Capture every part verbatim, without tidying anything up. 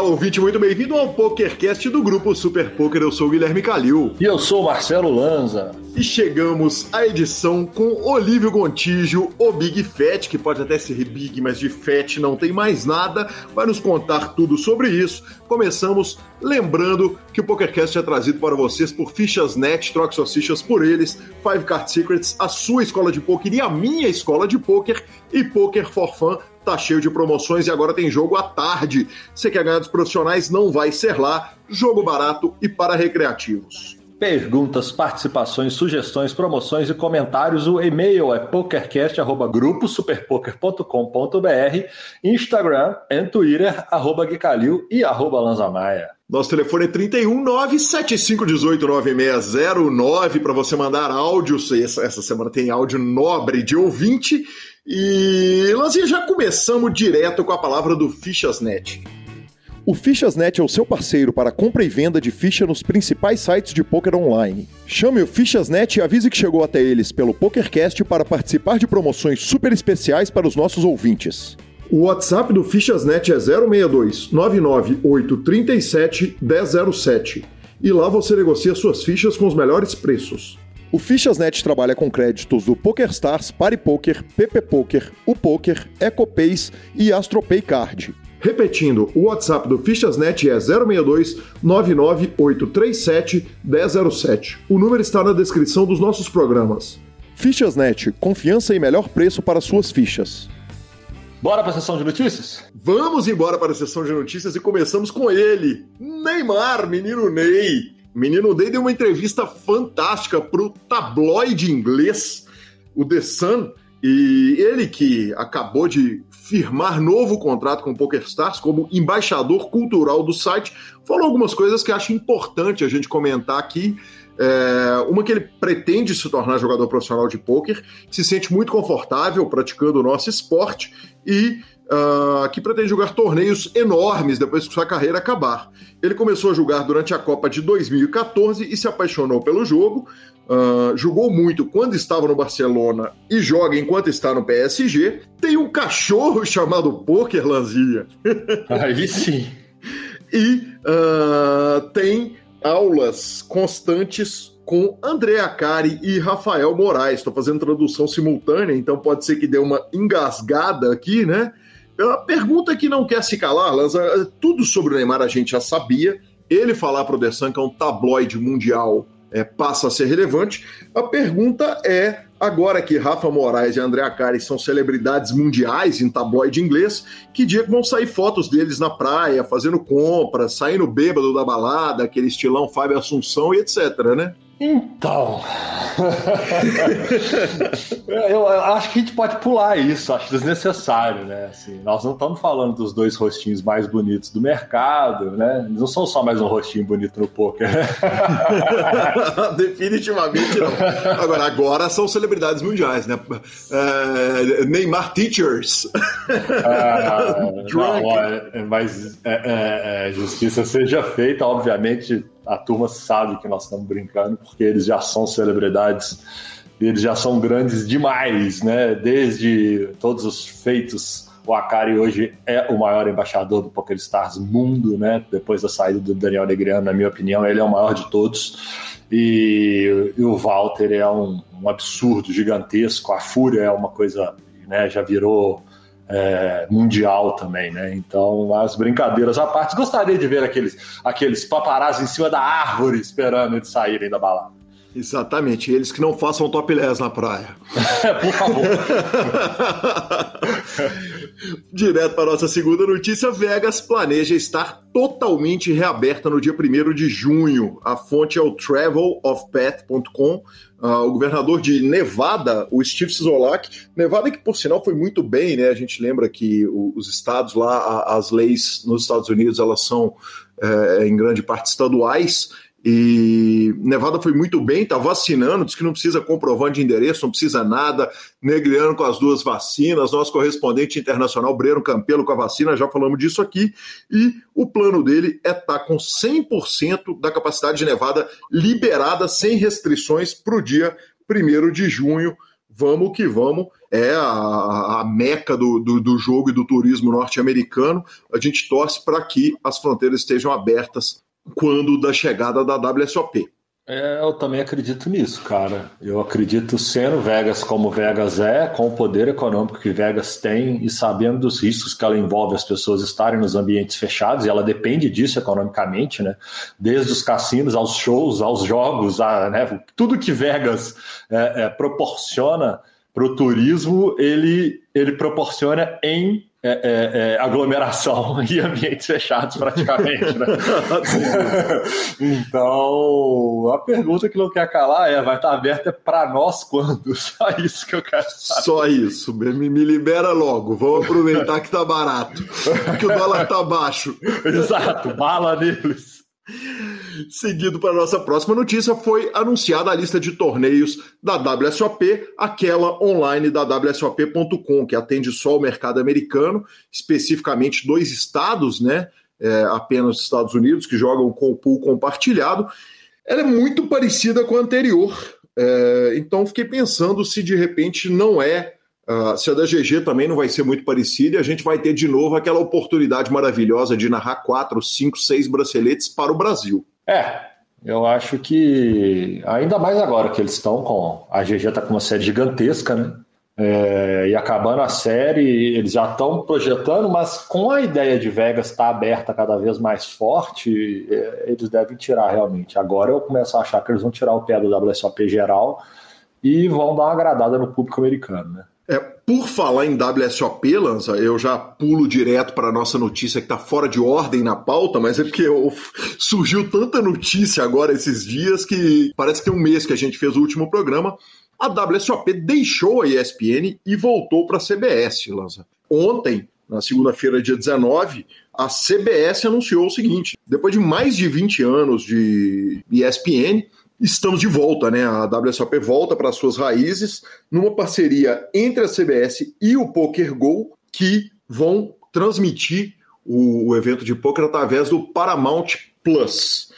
Olá, ouvinte, muito bem-vindo ao PokerCast do Grupo Super Poker. Eu sou o Guilherme Calil. E eu sou o Marcelo Lanza. E chegamos à edição com Olívio Gontijo, o Big Fat, que pode até ser Big, mas de Fat não tem mais nada, vai nos contar tudo sobre isso. Começamos lembrando que o PokerCast é trazido para vocês por Fichas ponto net, troque suas fichas por eles, Five Card Secrets, a sua escola de poker e a minha escola de poker, e Poker for Fun. Tá cheio de promoções e agora tem jogo à tarde. Você quer ganhar dos profissionais? Não vai ser lá. Jogo barato e para recreativos. Perguntas, participações, sugestões, promoções e comentários. O e-mail é pokercast arroba grupo superpoker ponto com ponto br, Instagram e Twitter, arroba Guicalil e arroba Lanzamaia. Nosso telefone é trinta e um, nove sete cinco um oito, nove seis zero nove para você mandar áudio. Essa, essa semana tem áudio nobre de ouvinte. E, Lanzinha, já começamos direto com a palavra do Fichas ponto net. O Fichas ponto net é o seu parceiro para compra e venda de ficha nos principais sites de poker online. Chame o Fichas ponto net e avise que chegou até eles pelo PokerCast para participar de promoções super especiais para os nossos ouvintes. O WhatsApp do Fichas ponto net é zero seis dois, nove nove oito três sete, um zero zero sete e lá você negocia suas fichas com os melhores preços. O Fichas ponto net trabalha com créditos do PokerStars, PariPoker, P P Poker, UPoker, EcoPays e AstroPay Card. Repetindo, o WhatsApp do Fichas ponto net é zero seis dois, nove nove oito três sete, um zero zero sete. O número está na descrição dos nossos programas. Fichas ponto net, confiança e melhor preço para suas fichas. Bora para a sessão de notícias? Vamos embora para a sessão de notícias e começamos com ele, Neymar, menino Ney. Menino Ney deu uma entrevista fantástica para o tabloide inglês, o The Sun, e ele que acabou de firmar novo contrato com o PokerStars como embaixador cultural do site, falou algumas coisas que acho importante a gente comentar aqui. É, uma que ele pretende se tornar jogador profissional de pôquer, se sente muito confortável praticando o nosso esporte e uh, que pretende jogar torneios enormes depois que sua carreira acabar. Ele começou a jogar durante a Copa de dois mil e catorze e se apaixonou pelo jogo, uh, jogou muito quando estava no Barcelona e joga enquanto está no P S G. Tem um cachorro chamado Poker, Lanzinha. Aí sim. E uh, tem aulas constantes com André Acari e Rafael Moraes. Estou fazendo tradução simultânea, então pode ser que dê uma engasgada aqui, né? A pergunta que não quer se calar, Lanza, tudo sobre o Neymar a gente já sabia. Ele falar para o The Sun que é um tabloide mundial é, passa a ser relevante. A pergunta é, agora que Rafa Moraes e André Acari são celebridades mundiais em tabloide inglês, que dia que vão sair fotos deles na praia, fazendo compras, saindo bêbado da balada, aquele estilão Fábio Assunção e etc, né? Então, eu acho que a gente pode pular isso, acho desnecessário, né? Assim, nós não estamos falando dos dois rostinhos mais bonitos do mercado, né? Eles não são só mais um rostinho bonito no poker. Definitivamente não. Agora, agora são celebridades mundiais, né? Uh, Neymar Teachers. Ah, não, é, mas é, é, justiça seja feita, obviamente. A turma sabe que nós estamos brincando, porque eles já são celebridades, eles já são grandes demais, né? Desde todos os feitos, o Acari hoje é o maior embaixador do PokerStars mundo, né? Depois da saída do Daniel Negreanu, na minha opinião, ele é o maior de todos. E, e o Walter é um, um absurdo gigantesco, a Fúria é uma coisa, né? Já virou... É, mundial também, né? Então, as brincadeiras à parte, gostaria de ver aqueles, aqueles paparazzi em cima da árvore esperando eles saírem da balada. Exatamente, eles que não façam topless na praia. Por favor. Direto para a nossa segunda notícia, Vegas planeja estar totalmente reaberta no dia primeiro de junho. A fonte é o travel of path ponto com. Uh, o governador de Nevada, o Steve Sisolak, Nevada que por sinal foi muito bem, né? A gente lembra que o, os estados lá, a, as leis nos Estados Unidos, elas são é, em grande parte estaduais, e Nevada foi muito bem, está vacinando, diz que não precisa comprovante de endereço, não precisa nada, Negreanu com as duas vacinas, nosso correspondente internacional Breno Campelo com a vacina, já falamos disso aqui, e o plano dele é estar com cem por cento da capacidade de Nevada liberada, sem restrições, para o dia primeiro de junho. vamos que vamos, é a, a meca do, do, do jogo e do turismo norte-americano. A gente torce para que as fronteiras estejam abertas quando da chegada da W S O P. É, eu também acredito nisso, cara. Eu acredito, sendo Vegas como Vegas é, com o poder econômico que Vegas tem e sabendo dos riscos que ela envolve as pessoas estarem nos ambientes fechados, e ela depende disso economicamente, né? Desde os cassinos aos shows, aos jogos, a, né? Tudo que Vegas é, é, proporciona para o turismo, ele, ele proporciona em É, é, é, aglomeração e ambientes fechados praticamente, né? Então, a pergunta que não quer calar é, vai estar aberta para nós quando? Só isso que eu quero saber. Só isso, me, me libera logo, vamos aproveitar que tá barato, que o dólar tá baixo. Exato, bala neles. Seguido para a nossa próxima notícia, foi anunciada a lista de torneios da W S O P, aquela online da W S O P ponto com, que atende só o mercado americano, especificamente dois estados, né? É, apenas os Estados Unidos, que jogam com o pool compartilhado. Ela é muito parecida com a anterior, é, então fiquei pensando se de repente não é, uh, se a da G G também não vai ser muito parecida, e a gente vai ter de novo aquela oportunidade maravilhosa de narrar quatro, cinco, seis braceletes para o Brasil. É, eu acho que ainda mais agora que eles estão com... A G G está com uma série gigantesca, né? É, e acabando a série, eles já estão projetando, mas com a ideia de Vegas estar aberta cada vez mais forte, é, eles devem tirar realmente. Agora eu começo a achar que eles vão tirar o pé do W S O P geral e vão dar uma agradada no público americano, né? É, por falar em W S O P, Lanza, eu já pulo direto para a nossa notícia que está fora de ordem na pauta, mas é porque eu, surgiu tanta notícia agora esses dias que parece que tem um mês que a gente fez o último programa. A W S O P deixou a E S P N e voltou para a C B S, Lanza. Ontem, na segunda-feira, dia dezenove, a C B S anunciou o seguinte: depois de mais de vinte anos de E S P N, estamos de volta, né? A W S O P volta para suas raízes numa parceria entre a C B S e o PokerGo, que vão transmitir o, o evento de poker através do Paramount Plus.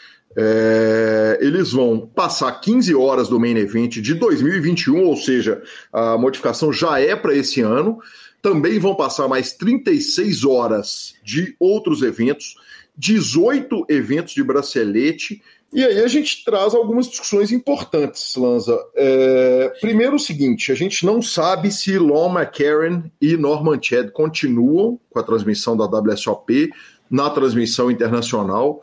É, eles vão passar quinze horas do Main Event de dois mil e vinte e um, ou seja, a modificação já é para esse ano. Também vão passar mais trinta e seis horas de outros eventos, dezoito eventos de bracelete. E aí a gente traz algumas discussões importantes, Lanza. É, primeiro o seguinte, a gente não sabe se Lon McCarron e Norman Chad continuam com a transmissão da W S O P na transmissão internacional,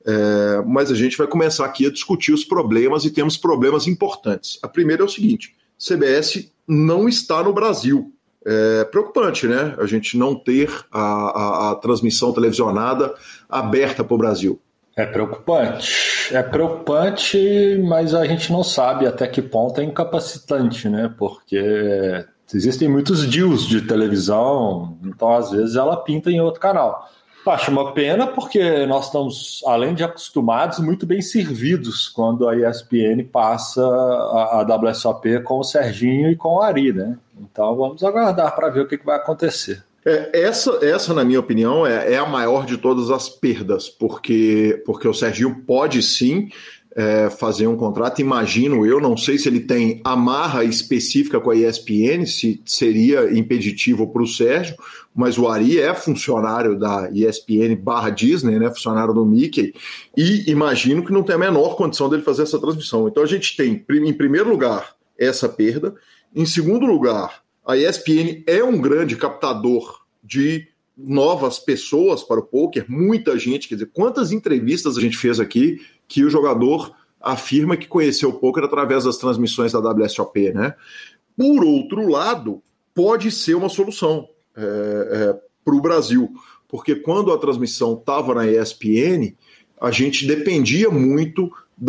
é, mas a gente vai começar aqui a discutir os problemas e temos problemas importantes. A primeira é o seguinte, C B S não está no Brasil. É preocupante, né? A gente não ter a, a, a transmissão televisionada aberta para o Brasil. É preocupante, é preocupante, mas a gente não sabe até que ponto é incapacitante, né? Porque existem muitos deals de televisão, então às vezes ela pinta em outro canal. Acho uma pena porque nós estamos, além de acostumados, muito bem servidos quando a E S P N passa a, a W S O P com o Serginho e com o Ari, né? Então vamos aguardar para ver o que, que vai acontecer. É, essa, essa, na minha opinião, é, é a maior de todas as perdas, porque, porque o Serginho pode sim é, fazer um contrato, imagino eu, não sei se ele tem amarra específica com a E S P N, se seria impeditivo para o Sérgio, mas o Ari é funcionário da E S P N barra Disney, né, funcionário do Mickey, e imagino que não tem a menor condição dele fazer essa transmissão. Então a gente tem, em primeiro lugar, essa perda, em segundo lugar, a E S P N é um grande captador de novas pessoas para o poker, muita gente, quer dizer, quantas entrevistas a gente fez aqui que o jogador afirma que conheceu o poker através das transmissões da W S O P, né? Por outro lado, pode ser uma solução é, é, para o Brasil, porque quando a transmissão estava na E S P N, a gente dependia muito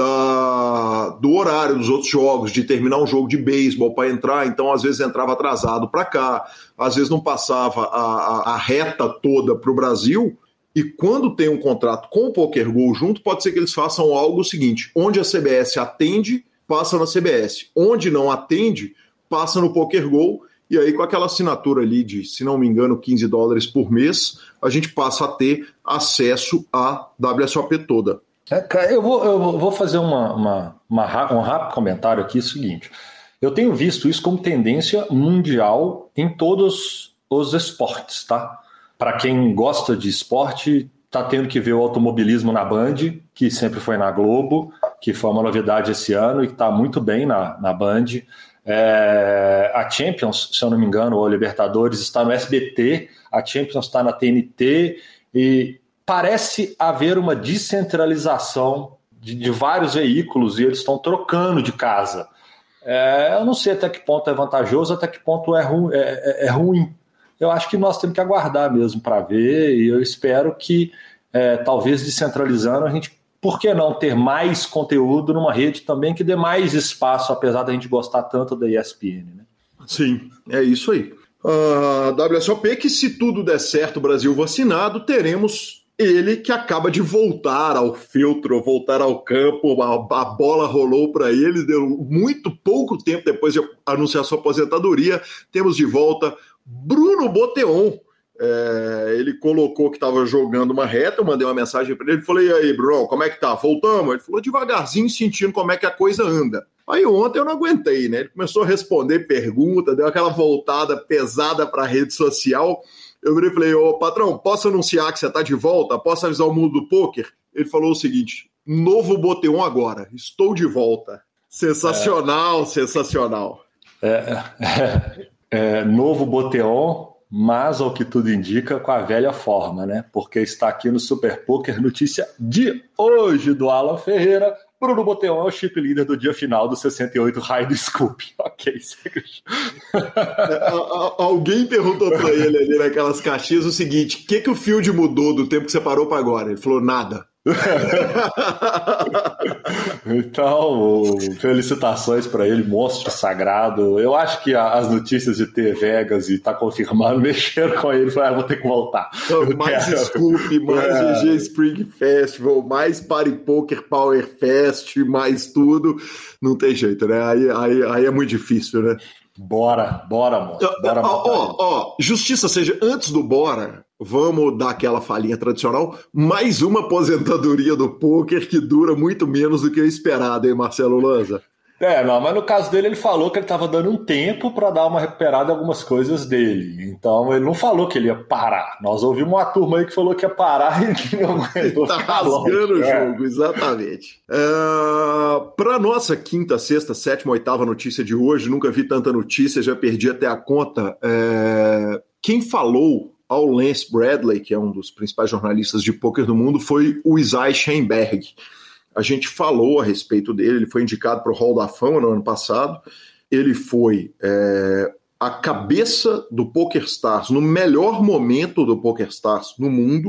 Da, do horário dos outros jogos, de terminar um jogo de beisebol para entrar, então às vezes entrava atrasado para cá, às vezes não passava a, a, a reta toda para o Brasil, e quando tem um contrato com o PokerGo junto, pode ser que eles façam algo seguinte, onde a C B S atende, passa na C B S, onde não atende, passa no PokerGo, e aí com aquela assinatura ali de, se não me engano, quinze dólares por mês, a gente passa a ter acesso à W S O P toda. É, eu, vou, eu vou fazer uma, uma, uma, um rápido comentário aqui, é o seguinte, Eu tenho visto isso como tendência mundial em todos os esportes, tá? Para quem gosta de esporte, tá tendo que ver o automobilismo na Band, que sempre foi na Globo, que foi uma novidade esse ano e que está muito bem na, na Band. É, a Champions, se eu não me engano, ou a Libertadores, está no S B T, a Champions está na T N T, e parece haver uma descentralização de, de vários veículos, e eles estão trocando de casa. É, eu não sei até que ponto é vantajoso, até que ponto é, ru, é, é, é ruim. Eu acho que nós temos que aguardar mesmo para ver, e eu espero que, é, talvez descentralizando, a gente, por que não ter mais conteúdo numa rede também que dê mais espaço, apesar da gente gostar tanto da E S P N, né? Sim, é isso aí. A W S O P, que se tudo der certo, o Brasil vacinado, teremos ele que acaba de voltar ao filtro, voltar ao campo, a, a bola rolou para ele, deu muito pouco tempo depois de anunciar sua aposentadoria. Temos de volta Bruno Boteon. É, ele colocou que estava jogando uma reta, eu mandei uma mensagem para ele, falei, e aí, Bruno, como é que tá? Voltamos? Ele falou devagarzinho, sentindo como é que a coisa anda. Aí ontem eu não aguentei, né? Ele começou a responder pergunta, deu aquela voltada pesada para a rede social. Eu virei e falei, ô patrão, posso anunciar que você está de volta? Posso avisar o mundo do pôquer? Ele falou o seguinte, novo Boteon agora, estou de volta. Sensacional, é. sensacional. É, é, é, novo Boteon, mas ao que tudo indica, com a velha forma, né? Porque está aqui no Super Poker, notícia de hoje do Alan Ferreira. Bruno Boteon é o chip leader do dia final do sessenta e oito High do Scoop. Ok, segue. Alguém perguntou para ele ali naquelas caixinhas o seguinte, o que, que o field mudou do tempo que você parou para agora? Ele falou, nada. Então, felicitações para ele, monstro sagrado. Eu acho que as notícias de T Vegas e tá confirmado, mexeram com ele, falaram, ah, vou ter que voltar. Então, mais quero... Scoop, mais é. G G Spring Festival, mais Party Poker Power Fest, mais tudo. Não tem jeito, né? Aí, aí, aí é muito difícil, né? Bora, bora, monstro. Bora, ó, ó, ó, justiça seja, antes do bora, vamos dar aquela falinha tradicional, mais uma aposentadoria do pôquer que dura muito menos do que o esperado, hein, Marcelo Lanza? É, não, mas no caso dele ele falou que ele estava dando um tempo para dar uma recuperada em algumas coisas dele. Então ele não falou que ele ia parar. Nós ouvimos uma turma aí que falou que ia parar e que não aguentou. Tá rasgando o jogo, é. Exatamente. Uh, para nossa quinta, sexta, sétima, oitava notícia de hoje, nunca vi tanta notícia, já perdi até a conta. Uh, quem falou ao Lance Bradley, que é um dos principais jornalistas de pôquer do mundo, foi o Isai Sheinberg. A gente falou a respeito dele, ele foi indicado para o Hall da Fama no ano passado, ele foi é, a cabeça do PokerStars, no melhor momento do PokerStars no mundo,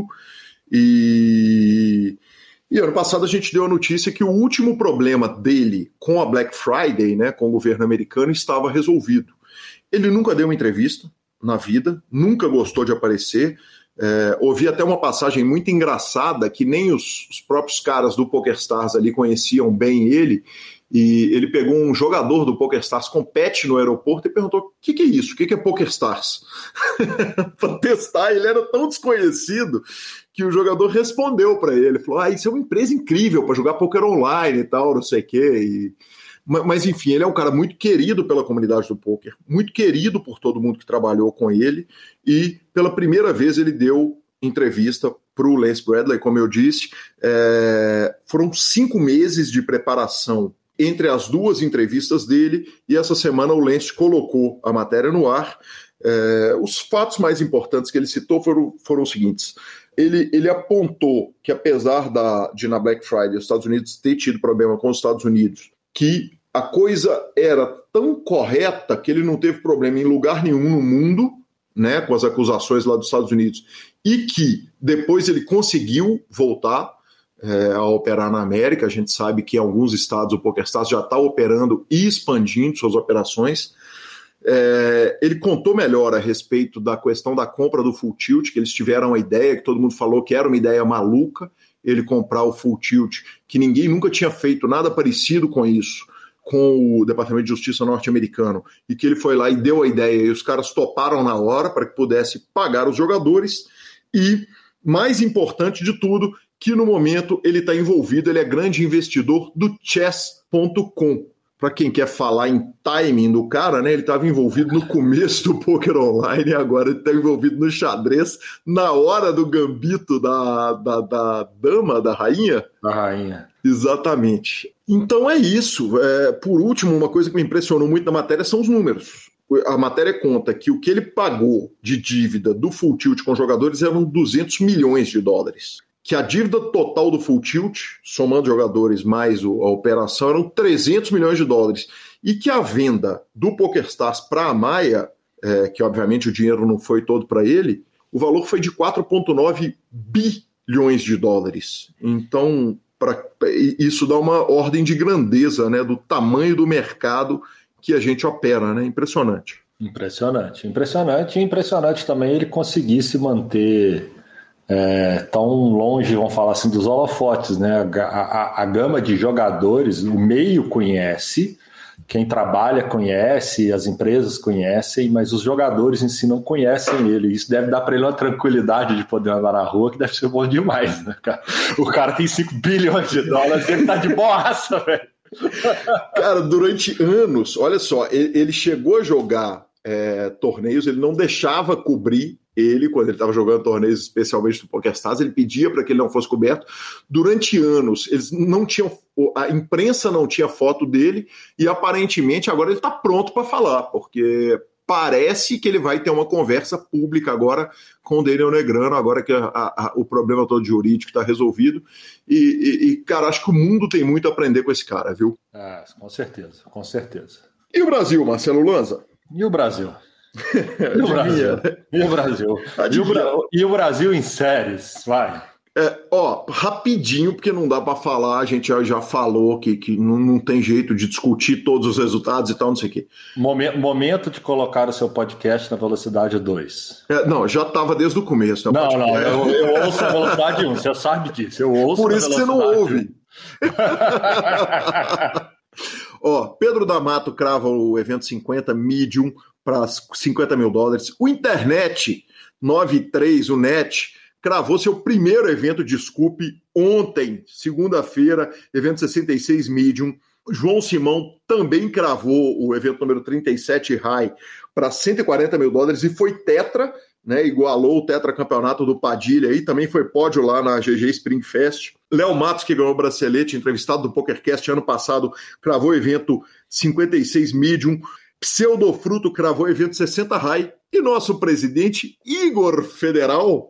e, e ano passado a gente deu a notícia que o último problema dele com a Black Friday, né, com o governo americano, estava resolvido. Ele nunca deu uma entrevista na vida, nunca gostou de aparecer. É, ouvi até uma passagem muito engraçada que nem os, os próprios caras do PokerStars ali conheciam bem ele, e ele pegou um jogador do PokerStars com pet no aeroporto e perguntou, o que, que é isso? O que, que é PokerStars? Para testar, ele era tão desconhecido que o jogador respondeu para ele, falou, ah, isso é uma empresa incrível para jogar poker online e tal, não sei o quê, e... Mas, enfim, ele é um cara muito querido pela comunidade do pôquer, muito querido por todo mundo que trabalhou com ele, e pela primeira vez ele deu entrevista para o Lance Bradley, como eu disse. É... Foram cinco meses de preparação entre as duas entrevistas dele, e essa semana o Lance colocou a matéria no ar. É... Os fatos mais importantes que ele citou foram, foram os seguintes. Ele, ele apontou que, apesar da, de na Black Friday os Estados Unidos ter tido problema com os Estados Unidos, que a coisa era tão correta que ele não teve problema em lugar nenhum no mundo, né, com as acusações lá dos Estados Unidos, e que depois ele conseguiu voltar é, a operar na América. A gente sabe que em alguns estados o PokerStars já está operando e expandindo suas operações. É, ele contou melhor a respeito da questão da compra do Full Tilt, que eles tiveram a ideia, que todo mundo falou que era uma ideia maluca, ele comprar o Full Tilt, que ninguém nunca tinha feito nada parecido com isso, com o Departamento de Justiça norte-americano, e que ele foi lá e deu a ideia, e os caras toparam na hora para que pudesse pagar os jogadores, e, mais importante de tudo, que no momento ele está envolvido, ele é grande investidor do chess ponto com, para quem quer falar em timing do cara, né? Ele estava envolvido no começo do poker online e agora ele está envolvido no xadrez na hora do gambito da, da, da dama, da rainha. Da rainha. Exatamente. Então é isso. É, por último, uma coisa que me impressionou muito na matéria são os números. A matéria conta que o que ele pagou de dívida do Full Tilt com jogadores eram duzentos milhões de dólares. Que a dívida total do Full Tilt, somando jogadores mais a operação, eram trezentos milhões de dólares. E que a venda do PokerStars para a Maia, é, que obviamente o dinheiro não foi todo para ele, o valor foi de quatro vírgula nove bilhões de dólares. Então, pra, isso dá uma ordem de grandeza, né, do tamanho do mercado que a gente opera, né? Impressionante. Impressionante, impressionante. E impressionante também ele conseguir se manter... É, tão longe, vamos falar assim, dos holofotes, né? A, a, a gama de jogadores, o meio conhece, quem trabalha conhece, as empresas conhecem, mas os jogadores em si não conhecem ele. Isso deve dar para ele uma tranquilidade de poder andar na rua, que deve ser bom demais, né, cara? O cara tem cinco bilhões de dólares e ele tá de boaça, velho. Cara, durante anos, olha só, ele, ele chegou a jogar é, torneios, ele não deixava cobrir ele, quando ele estava jogando torneios, especialmente do PokerStars, ele pedia para que ele não fosse coberto. Durante anos, eles não tinham, a imprensa não tinha foto dele e aparentemente agora ele está pronto para falar, porque parece que ele vai ter uma conversa pública agora com o Daniel Negreanu, agora que a, a, o problema todo jurídico está resolvido. E, e, e, cara, acho que o mundo tem muito a aprender com esse cara, viu? Ah, com certeza, com certeza. E o Brasil, Marcelo Lanza? E o Brasil? E o Brasil? E o Brasil? E o, Bra... e o Brasil em séries, vai. É, ó, rapidinho, porque não dá para falar, a gente já, já falou que, que não, não tem jeito de discutir todos os resultados e tal, não sei o quê. Momento, momento de colocar o seu podcast na velocidade dois. É, não, já estava desde o começo. Né, não, não, eu, eu ouço a velocidade um, você sabe disso. Eu ouço Por isso que você não ouve. Ó, Pedro D'Amato crava o evento cinquenta Medium para cinquenta mil dólares. O Internet noventa e três, o Net, cravou seu primeiro evento de Scoop ontem, segunda-feira, evento sessenta e seis Medium. João Simão também cravou o evento número trinta e sete High para cento e quarenta mil dólares e foi tetra, né, igualou o tetracampeonato do Padilha aí, também foi pódio lá na G G Spring Fest. Léo Matos, que ganhou o bracelete, entrevistado do PokerCast ano passado, cravou o evento cinquenta e seis Medium. Pseudofruto cravou o evento sessenta High e nosso presidente Igor Federal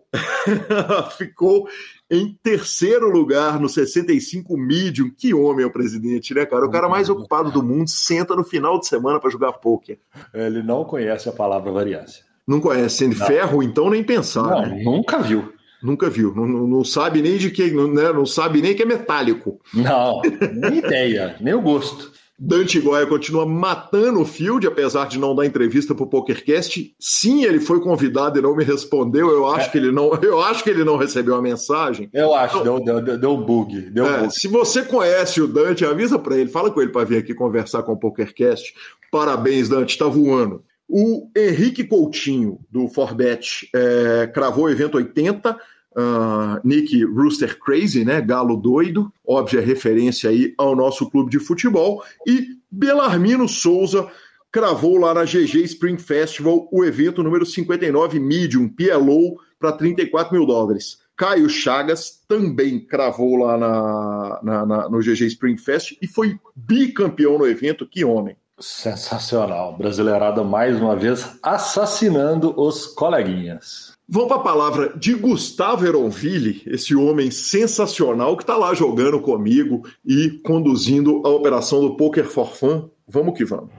ficou em terceiro lugar no sessenta e cinco Medium. Que homem é o presidente, né, cara? O cara mais ocupado do mundo senta no final de semana para jogar pôquer. Ele não conhece a palavra variância. Não conhece. Sendo ferro, então nem pensar. Não, né? Nunca viu. Nunca viu. Não, não, não sabe nem de que, né? Não sabe nem que é metálico. Não, nem ideia, nem o gosto. Dante Goya continua matando o field, apesar de não dar entrevista para o PokerCast. Sim, ele foi convidado e não me respondeu. Eu acho, é. que, ele não, eu acho que ele não recebeu a mensagem. Eu acho, então, deu, deu, deu bug. Deu é, bug. Se você conhece o Dante, avisa para ele, fala com ele para vir aqui conversar com o PokerCast. Parabéns, Dante, está voando. O Henrique Coutinho, do Forbet, é, cravou o evento oitenta. Uh, Nick Rooster Crazy, né? Galo doido, óbvia referência aí ao nosso clube de futebol. E Belarmino Souza cravou lá na G G Spring Festival o evento número cinquenta e nove Medium, P L O, para trinta e quatro mil dólares. Caio Chagas também cravou lá na, na, na, no G G Spring Fest e foi bicampeão no evento. Que homem! Sensacional. Brasileirada mais uma vez assassinando os coleguinhas. Vamos para a palavra de Gustavo Eronville, esse homem sensacional que está lá jogando comigo e conduzindo a operação do Poker for Fun. Vamos que vamos.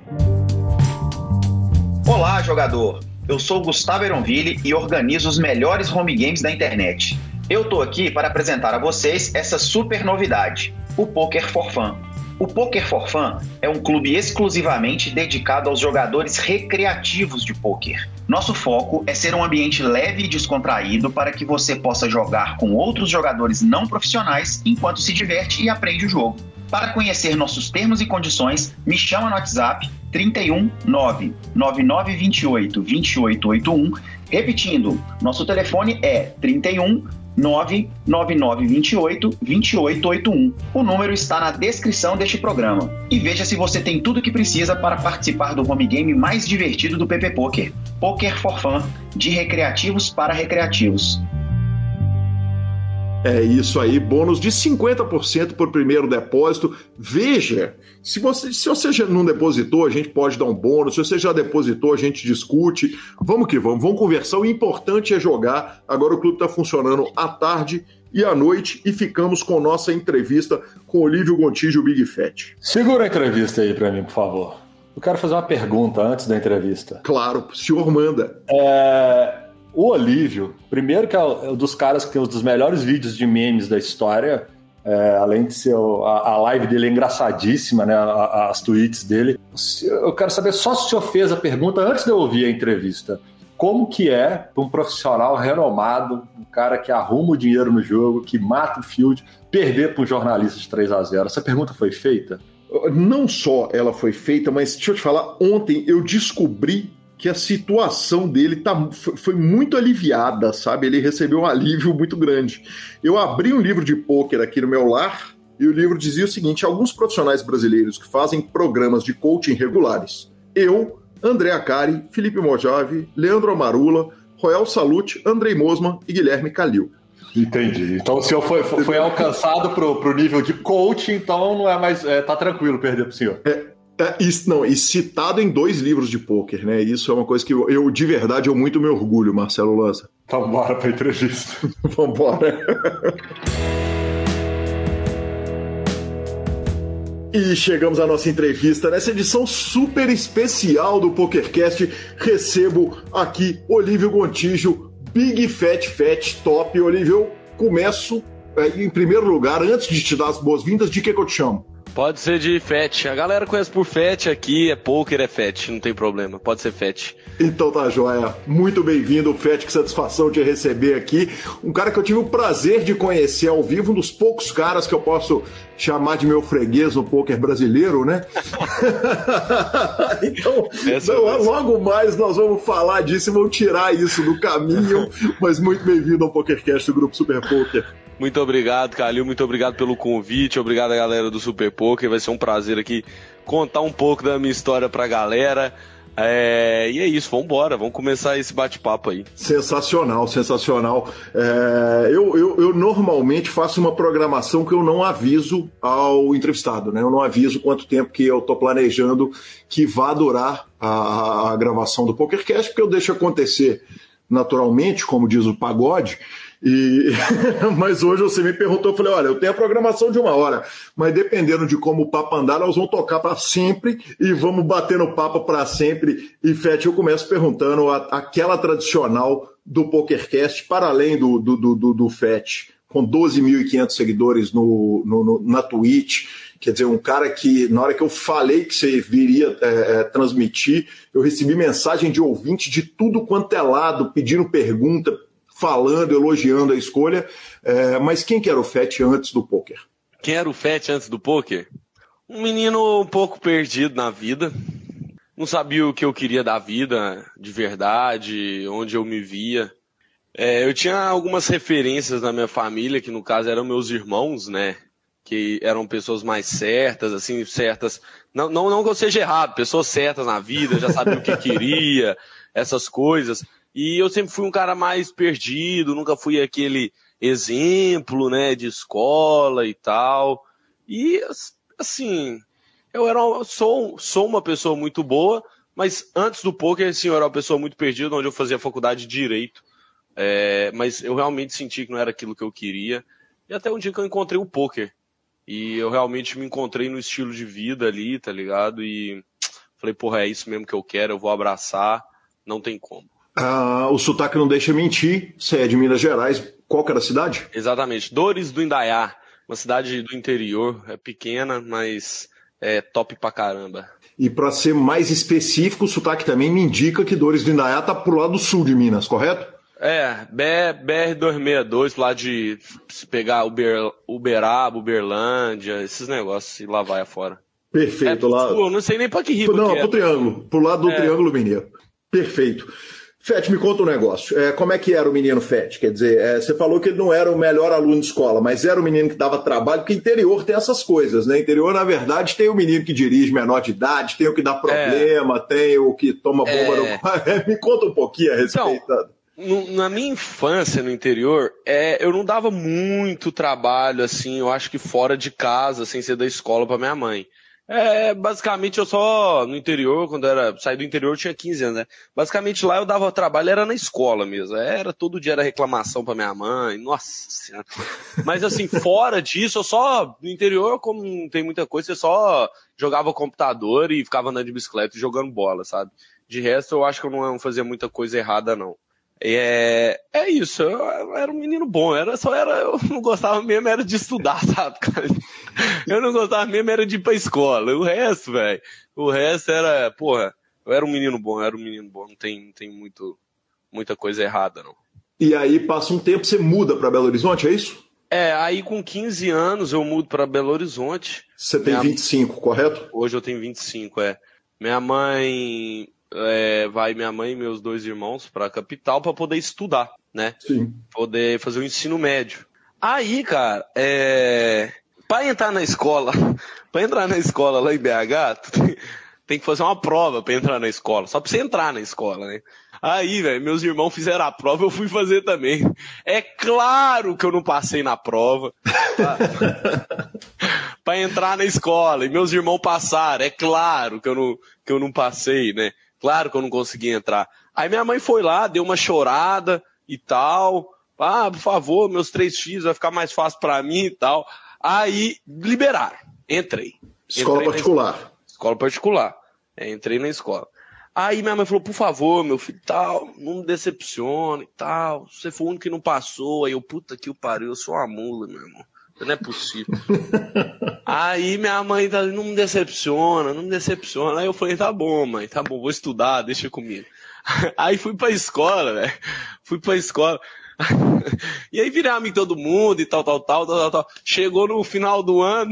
Olá, jogador. Eu sou Gustavo Eronville e organizo os melhores home games da internet. Eu tô aqui para apresentar a vocês essa super novidade, o Poker for Fun. O Poker for Fun é um clube exclusivamente dedicado aos jogadores recreativos de pôquer. Nosso foco é ser um ambiente leve e descontraído para que você possa jogar com outros jogadores não profissionais enquanto se diverte e aprende o jogo. Para conhecer nossos termos e condições, me chama no WhatsApp trinta e um, nove nove nove dois oito, dois oito oito um. Repetindo, nosso telefone é trinta e um, nove nove nove dois oito, dois oito oito um. O número está na descrição deste programa. E veja se você tem tudo o que precisa para participar do home game mais divertido do P P Poker. Poker for Fun, de recreativos para recreativos. É isso aí, bônus de cinquenta por cento por primeiro depósito. Veja, se você, se você já não depositou, a gente pode dar um bônus. Se você já depositou, a gente discute. Vamos que vamos, vamos conversar. O importante é jogar. Agora o clube está funcionando à tarde e à noite e ficamos com nossa entrevista com Olívio Gontijo, o Big Fat. Segura a entrevista aí para mim, por favor. Eu quero fazer uma pergunta antes da entrevista. Claro, o senhor manda. É... O Olívio, primeiro que é um dos caras que tem um dos melhores vídeos de memes da história, é, além de ser o, a, a live dele é engraçadíssima, né, a, as tweets dele. Eu quero saber só se o senhor fez a pergunta antes de eu ouvir a entrevista. Como que é para um profissional renomado, um cara que arruma o dinheiro no jogo, que mata o field, perder para um jornalista de três a zero? Essa pergunta foi feita? Não só ela foi feita, mas deixa eu te falar, ontem eu descobri que a situação dele tá, foi muito aliviada, sabe? Ele recebeu um alívio muito grande. Eu abri um livro de pôquer aqui no meu lar e o livro dizia o seguinte: alguns profissionais brasileiros que fazem programas de coaching regulares. Eu, André Acari, Felipe Mojave, Leandro Amarula, Roel Salute, Andrei Mosman e Guilherme Calil. Entendi. Então o senhor foi, foi alcançado pro, pro nível de coaching, então não é mais... É, tá tranquilo perder pro senhor. É. É, isso, não, e citado em dois livros de pôquer, né? Isso é uma coisa que eu, eu de verdade, eu muito me orgulho, Marcelo Lanza. Então bora pra entrevista. Vambora. E chegamos à nossa entrevista. Nessa edição super especial do PokerCast, recebo aqui Olívio Gontijo, Big Fat Fat Top. Olívio, eu começo é, em primeiro lugar, antes de te dar as boas-vindas, de que, que eu te chamo? Pode ser de Fat. A galera conhece por Fat aqui, é poker, é Fat, não tem problema. Pode ser Fat. Então tá joia. Muito bem-vindo, Fat, que satisfação te receber aqui. Um cara que eu tive o prazer de conhecer ao vivo, um dos poucos caras que eu posso chamar de meu freguês no poker brasileiro, né? Então, não, logo mais nós vamos falar disso e vamos tirar isso do caminho. Mas muito bem-vindo ao PokerCast do Grupo Super Poker. Muito obrigado, Calil, muito obrigado pelo convite, obrigado a galera do Super Poker, vai ser um prazer aqui contar um pouco da minha história pra galera, é... e é isso, vamos embora, vamos começar esse bate-papo aí. Sensacional, sensacional. É... Eu, eu, eu normalmente faço uma programação que eu não aviso ao entrevistado, né? Eu não aviso quanto tempo que eu tô planejando que vá durar a, a gravação do PokerCast, porque eu deixo acontecer naturalmente, como diz o pagode. E... mas hoje você me perguntou, eu falei, olha, eu tenho a programação de uma hora, mas dependendo de como o papo andar, nós vamos tocar para sempre e vamos bater no papo para sempre. E, Fat, eu começo perguntando a, aquela tradicional do PokerCast, para além do, do, do, do Fat, com doze mil e quinhentos seguidores no, no, no, na Twitch, quer dizer, um cara que, na hora que eu falei que você viria é, é, transmitir, eu recebi mensagem de ouvinte de tudo quanto é lado, pedindo pergunta, falando, elogiando a escolha, é, mas quem que era o Fat antes do poker? Quem era o Fat antes do poker? Um menino um pouco perdido na vida, não sabia o que eu queria da vida, de verdade, onde eu me via. É, eu tinha algumas referências na minha família, que no caso eram meus irmãos, né, que eram pessoas mais certas, assim, certas, não, não, não que eu seja errado, pessoas certas na vida, já sabia o que queria, essas coisas. E eu sempre fui um cara mais perdido, nunca fui aquele exemplo, né, de escola e tal. E, assim, eu era, sou, sou uma pessoa muito boa, mas antes do poker, assim, eu era uma pessoa muito perdida, onde eu fazia faculdade de Direito. É, mas eu realmente senti que não era aquilo que eu queria. E até um dia que eu encontrei o poker. E eu realmente me encontrei no estilo de vida ali, tá ligado? E falei, porra, é isso mesmo que eu quero, eu vou abraçar, não tem como. Ah, o sotaque não deixa mentir, você é de Minas Gerais, qual que era a cidade? Exatamente, Dores do Indaiá, uma cidade do interior, é pequena, mas é top pra caramba. E para ser mais específico, o sotaque também me indica que Dores do Indaiá tá pro lado sul de Minas, correto? É, B R duzentos e sessenta e dois, lá de pegar Uber, Uberaba, Uberlândia, esses negócios, e lá vai afora. Perfeito. É, lá... Pô, não sei nem pra que rio. Não, que pro é. Triângulo, pro lado do é. Triângulo Mineiro. Perfeito. Fete, me conta um negócio. É, como é que era o menino Fete? Quer dizer, é, você falou que ele não era o melhor aluno de escola, mas era o menino que dava trabalho, porque interior tem essas coisas, né? Interior, na verdade, tem o menino que dirige menor de idade, tem o que dá problema, é. tem o que toma bomba é. no... Me conta um pouquinho a respeito. Então, na minha infância no interior, é, eu não dava muito trabalho, assim, eu acho que fora de casa, sem ser da escola, pra minha mãe. É, basicamente eu só, no interior, quando eu era, saí do interior eu tinha quinze anos, né? Basicamente lá eu dava trabalho, era na escola mesmo, era, todo dia era reclamação pra minha mãe, nossa senhora. Mas assim, fora disso, eu só, no interior, como não tem muita coisa, eu só jogava computador e ficava andando de bicicleta e jogando bola, sabe? De resto, eu acho que eu não fazia muita coisa errada, não. É, é isso, eu, eu era um menino bom, era, só era, eu não gostava mesmo, era de estudar, sabe, cara? Eu não gostava mesmo, era de ir pra escola, o resto, velho, o resto era, porra, eu era um menino bom, eu era um menino bom, não tem, não tem muito, muita coisa errada, não. E aí passa um tempo, você muda pra Belo Horizonte, é isso? É, aí com quinze anos eu mudo pra Belo Horizonte. Você tem Minha... vinte e cinco, correto? Hoje eu tenho vinte e cinco, é. Minha mãe... É, vai minha mãe e meus dois irmãos pra capital pra poder estudar, né? Sim. Poder fazer o ensino médio. Aí, cara, é... pra entrar na escola, pra entrar na escola lá em B H, tu tem, tem que fazer uma prova pra entrar na escola, só pra você entrar na escola, né? Aí, velho, meus irmãos fizeram a prova, eu fui fazer também. É claro que eu não passei na prova. Pra, pra entrar na escola, e meus irmãos passaram, é claro que eu não, que eu não passei, né? Claro que eu não consegui entrar. Aí minha mãe foi lá, deu uma chorada e tal. Ah, por favor, meus três filhos, vai ficar mais fácil pra mim e tal. Aí, liberaram. Entrei. Escola Entrei particular. Escola. escola particular. É, entrei na escola. Aí minha mãe falou, por favor, meu filho, tal, não me decepcione e tal. Você foi o único que não passou. Aí eu, puta que o pariu, eu sou uma mula, meu irmão. Não é possível. Aí minha mãe tá, não me decepciona, não me decepciona. Aí eu falei, tá bom, mãe, tá bom, vou estudar, deixa comigo. Aí fui pra escola, velho. Fui pra escola. E aí virei amigo de todo mundo e tal, tal, tal, tal, tal, tal. Chegou no final do ano,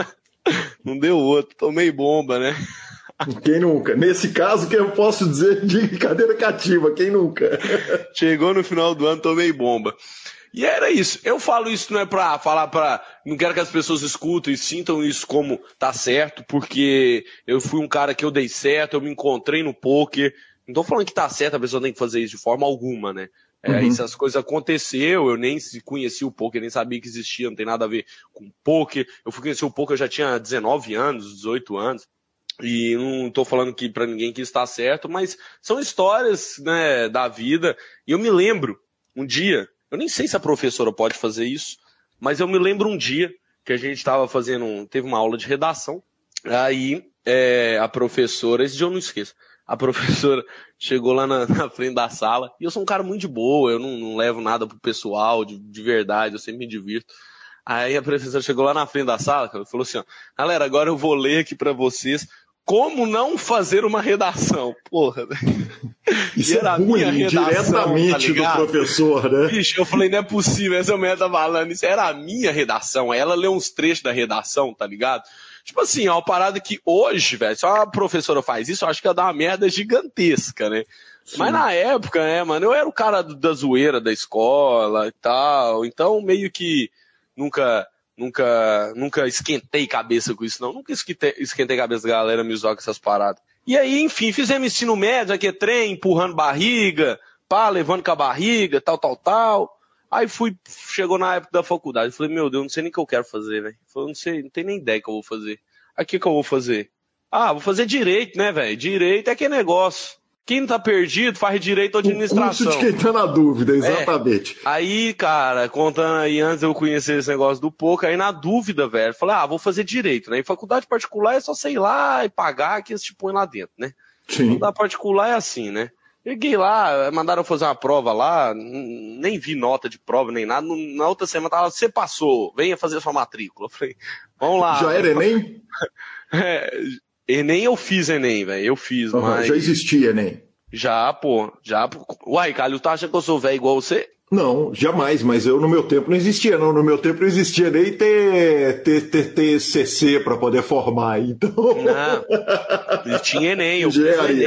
não deu outro, tomei bomba, né? Quem nunca? Nesse caso, que eu posso dizer de cadeira cativa, quem nunca? Chegou no final do ano, tomei bomba. E era isso. Eu falo isso não é pra falar pra... Não quero que as pessoas escutem e sintam isso como tá certo, porque eu fui um cara que eu dei certo, eu me encontrei no poker. Não tô falando que tá certo, a pessoa tem que fazer isso de forma alguma, né? É, uhum. Essas coisas aconteceu, eu nem conheci o poker, nem sabia que existia, não tem nada a ver com poker. Eu fui conhecer o poker, eu já tinha dezenove anos, dezoito anos. E não tô falando que pra ninguém que está certo, mas são histórias, né, da vida. E eu me lembro, um dia... Eu nem sei se a professora pode fazer isso, mas eu me lembro um dia que a gente estava fazendo, teve uma aula de redação, aí é, a professora, esse dia eu não esqueço, a professora chegou lá na, na frente da sala, e eu sou um cara muito de boa, eu não, não levo nada pro pessoal, de, de verdade, eu sempre me divirto. Aí a professora chegou lá na frente da sala, cara, e falou assim, ó, galera, agora eu vou ler aqui para vocês como não fazer uma redação. Porra, velho. Isso era é bullying redação, diretamente tá do professor, né? Bicho, eu falei, não é possível, essa mulher tá falando, isso era a minha redação. Aí ela leu uns trechos da redação, tá ligado? Tipo assim, é uma parada que hoje, velho, se a professora faz isso, eu acho que ia dar uma merda gigantesca, né? Sim. Mas na época, né, mano, eu era o cara da zoeira da escola e tal, então meio que nunca... Nunca, nunca esquentei cabeça com isso, não. Nunca esquentei, esquentei cabeça da galera me zoar com essas paradas. E aí, enfim, fizemos ensino médio, aqui é trem, empurrando barriga, pá, levando com a barriga, tal, tal, tal. Aí fui, chegou na época da faculdade, falei, meu Deus, não sei nem o que eu quero fazer, velho. Falei, não sei, não tenho nem ideia que eu vou fazer. Aí o que que eu vou fazer? Ah, vou fazer direito, né, velho? Direito é aquele negócio. Quem não tá perdido faz direito ou administração. O curso de quem tá na dúvida, exatamente. É. Aí, cara, contando aí, antes eu conhecer esse negócio do poker, aí na dúvida, velho, falei, ah, vou fazer direito, né? Em faculdade particular é só, sei lá, e pagar que eles te põem lá dentro, né? Sim. Faculdade particular é assim, né? Peguei lá, mandaram eu fazer uma prova lá, nem vi nota de prova, nem nada. Na outra semana tava, você passou, venha fazer sua matrícula. Eu falei, vamos lá. Já era Enem? É... Enem eu fiz Enem, velho, eu fiz, uhum, mas... Já existia Enem? Já, pô, já... Uai, Calil, tu acha que eu sou velho igual você? Não, jamais, mas eu no meu tempo não existia, não. No meu tempo não existia nem ter, ter, ter, ter C C pra poder formar, então... Não, tinha Enem, eu fiz Enem.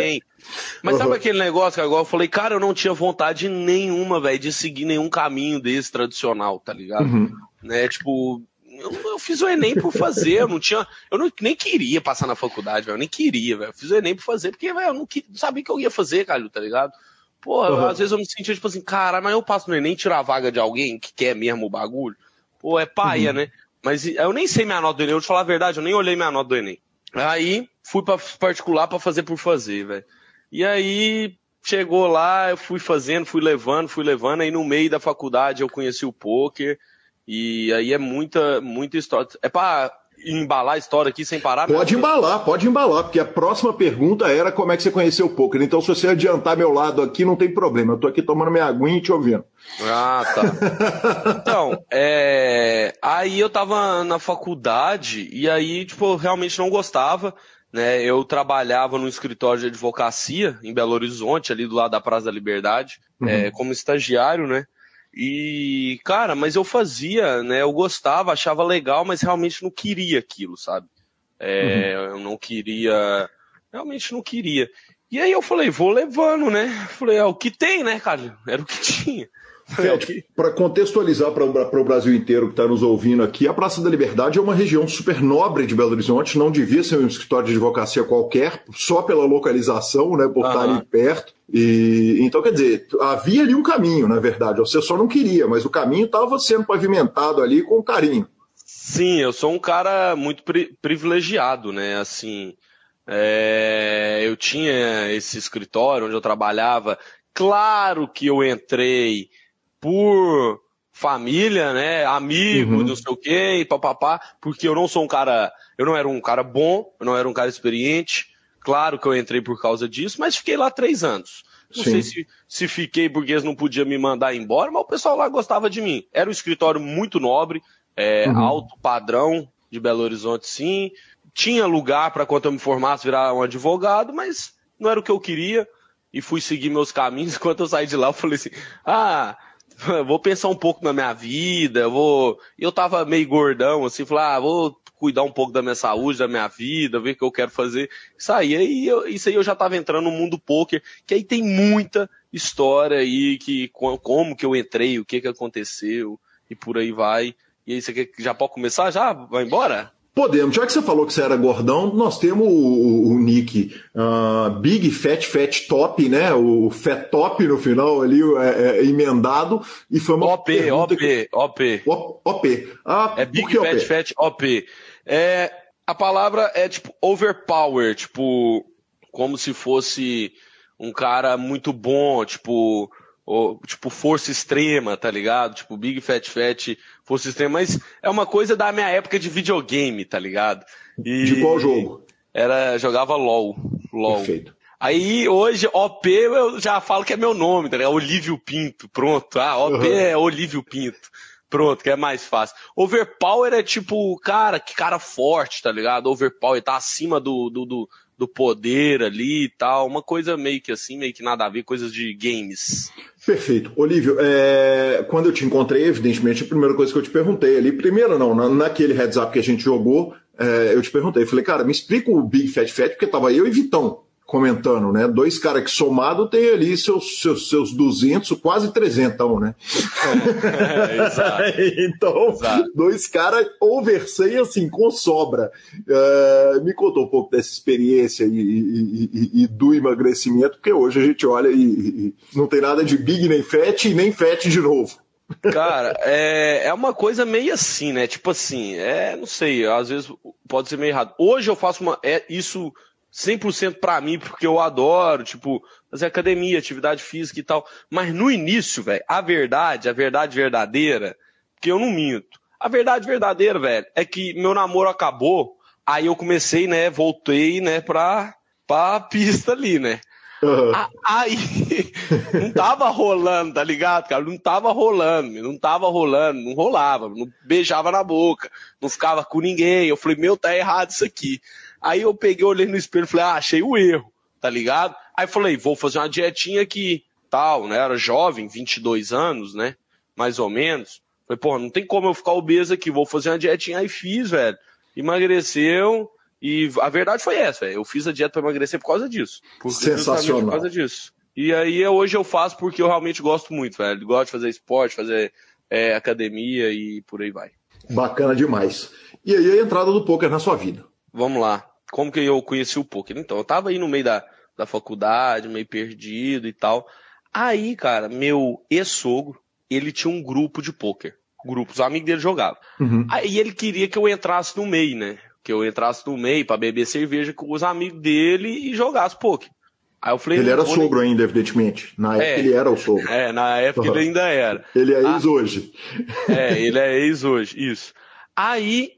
Mas Uhum. sabe aquele negócio que agora eu falei, cara, eu não tinha vontade nenhuma, velho, de seguir nenhum caminho desse tradicional, tá ligado? Uhum. Né, tipo, eu, eu fiz o Enem por fazer, eu não tinha, eu não, nem queria passar na faculdade, velho, eu nem queria, velho, eu fiz o Enem por fazer, porque, velho, eu não, que, não sabia o que eu ia fazer, cara, tá ligado? Pô, Uhum. às vezes eu me sentia, tipo assim, cara, mas eu passo no Enem e tiro a vaga de alguém que quer mesmo o bagulho, pô, é paia, uhum. né? Mas eu nem sei minha nota do Enem, eu vou te falar a verdade, eu nem olhei minha nota do Enem. Aí, fui pra particular pra fazer por fazer, velho. E aí, chegou lá, eu fui fazendo, fui levando, fui levando, aí no meio da faculdade eu conheci o poker, e aí é muita, muita história. É pra embalar a história aqui sem parar? Pode embalar, pode embalar, porque a próxima pergunta era como é que você conheceu o poker. Então, se você adiantar meu lado aqui, não tem problema. Eu tô aqui tomando minha aguinha e te ouvindo. Ah, tá. Então, é... aí eu tava na faculdade, e aí, tipo, eu realmente não gostava. Né, eu trabalhava num escritório de advocacia em Belo Horizonte, ali do lado da Praça da Liberdade, uhum. é, como estagiário, né? E, cara, mas eu fazia, né? Eu gostava, achava legal, mas realmente não queria aquilo, sabe? É, uhum. Eu não queria, realmente não queria. E aí eu falei, vou levando, né? Falei, é o que tem, né, cara? Era o que tinha. Fed, para contextualizar para o Brasil inteiro que está nos ouvindo aqui, a Praça da Liberdade é uma região super nobre de Belo Horizonte, não devia ser um escritório de advocacia qualquer, só pela localização, né, por estar ali perto. E, então, quer dizer, havia ali um caminho, na verdade, você só não queria, mas o caminho estava sendo pavimentado ali com carinho. Sim, eu sou um cara muito pri- privilegiado, né, assim, é, eu tinha esse escritório onde eu trabalhava, claro que eu entrei por família, né, amigo, uhum. não sei o quê, e papapá, porque eu não sou um cara, eu não era um cara bom, eu não era um cara experiente, claro que eu entrei por causa disso, mas fiquei lá três anos. Não Sim. sei se, se fiquei porque eles não podiam me mandar embora, mas o pessoal lá gostava de mim. Era um escritório muito nobre, é, uhum. alto padrão de Belo Horizonte, sim, tinha lugar para quando eu me formasse virar um advogado, mas não era o que eu queria, e fui seguir meus caminhos. Quando eu saí de lá, eu falei assim, ah... vou pensar um pouco na minha vida, vou... eu tava meio gordão, assim, falei, ah, vou cuidar um pouco da minha saúde, da minha vida, ver o que eu quero fazer. Isso aí, aí eu, isso aí eu já tava entrando no mundo poker, que aí tem muita história aí, que, como que eu entrei, o que que aconteceu, e por aí vai. E aí, você quer, já pode começar? Já? Vai embora? Podemos. Já que você falou que você era gordão, nós temos o, o, o nick uh, Big Fat Fat Top, né? O Fat Top no final ali, é, é, emendado. E foi uma O P, O P, O P. O P. Ah, é Big Fat O P? Fat O P. É, a palavra é tipo overpower, tipo, como se fosse um cara muito bom, tipo... Ou, tipo, força extrema, tá ligado? Tipo, Big Fat Fat, força extrema. Mas é uma coisa da minha época de videogame, tá ligado? E de qual jogo? Era, jogava LOL. LOL. Perfeito. Aí, hoje, O P, eu já falo que é meu nome, tá ligado? Olívio Pinto, pronto. Ah, O P uhum. é Olívio Pinto. Pronto, que é mais fácil. Overpower é tipo, cara, que cara forte, tá ligado? Overpower tá acima do... do, do do poder ali e tal, uma coisa meio que assim, meio que nada a ver, coisas de games. Perfeito. Olívio, é... quando eu te encontrei, evidentemente, a primeira coisa que eu te perguntei ali, primeiro não, na, naquele heads up que a gente jogou, é, eu te perguntei, falei, cara, me explica o Big Fat Fat, porque tava eu e Vitão comentando, né? Dois caras que somado tem ali seus, seus, seus duzentos, quase trezentos, né? É, exato. Então, exato. Dois caras oversei assim, com sobra. Uh, me contou um pouco dessa experiência e, e, e, e do emagrecimento, porque hoje a gente olha e, e não tem nada de big nem fat e nem fat de novo. Cara, é, é uma coisa meio assim, né? Tipo assim, é, não sei, às vezes pode ser meio errado. Hoje eu faço uma, é, isso cem por cento pra mim, porque eu adoro, tipo, fazer academia, atividade física e tal. Mas no início, velho, a verdade, a verdade verdadeira, que eu não minto, a verdade verdadeira, velho, é que meu namoro acabou, aí eu comecei, né, voltei, né, pra, pra pista ali, né. Uhum. Aí, não tava rolando, tá ligado, cara? Não tava rolando, não tava rolando, não rolava, não beijava na boca, não ficava com ninguém. Eu falei, meu, tá errado isso aqui. Aí eu peguei, olhei no espelho e falei, ah, achei o erro, tá ligado? Aí falei, vou fazer uma dietinha aqui, tal, né? Era jovem, vinte e dois anos, né? Mais ou menos. Falei, pô, não tem como eu ficar obeso aqui, vou fazer uma dietinha. Aí fiz, velho. Emagreceu E a verdade foi essa, velho. Eu fiz a dieta pra emagrecer por causa disso. Por, Sensacional. Por causa disso. E aí hoje eu faço porque eu realmente gosto muito, velho. Gosto de fazer esporte, fazer é, academia e por aí vai. Bacana demais. E aí a entrada do poker na sua vida? Vamos lá. Como que eu conheci o poker? Então, eu tava aí no meio da, da faculdade, meio perdido e tal. Aí, cara, meu ex-sogro, ele tinha um grupo de poker. Grupo, os amigos dele jogavam. Uhum. Aí ele queria que eu entrasse no meio, né? Que eu entrasse no meio pra beber cerveja com os amigos dele e jogasse poker. Aí eu falei, ele era sogro nem... ainda, evidentemente. Na época é, ele era o sogro. É, na época uhum. ele ainda era. Ele é ex ah, hoje. É, ele é ex hoje, isso. Aí,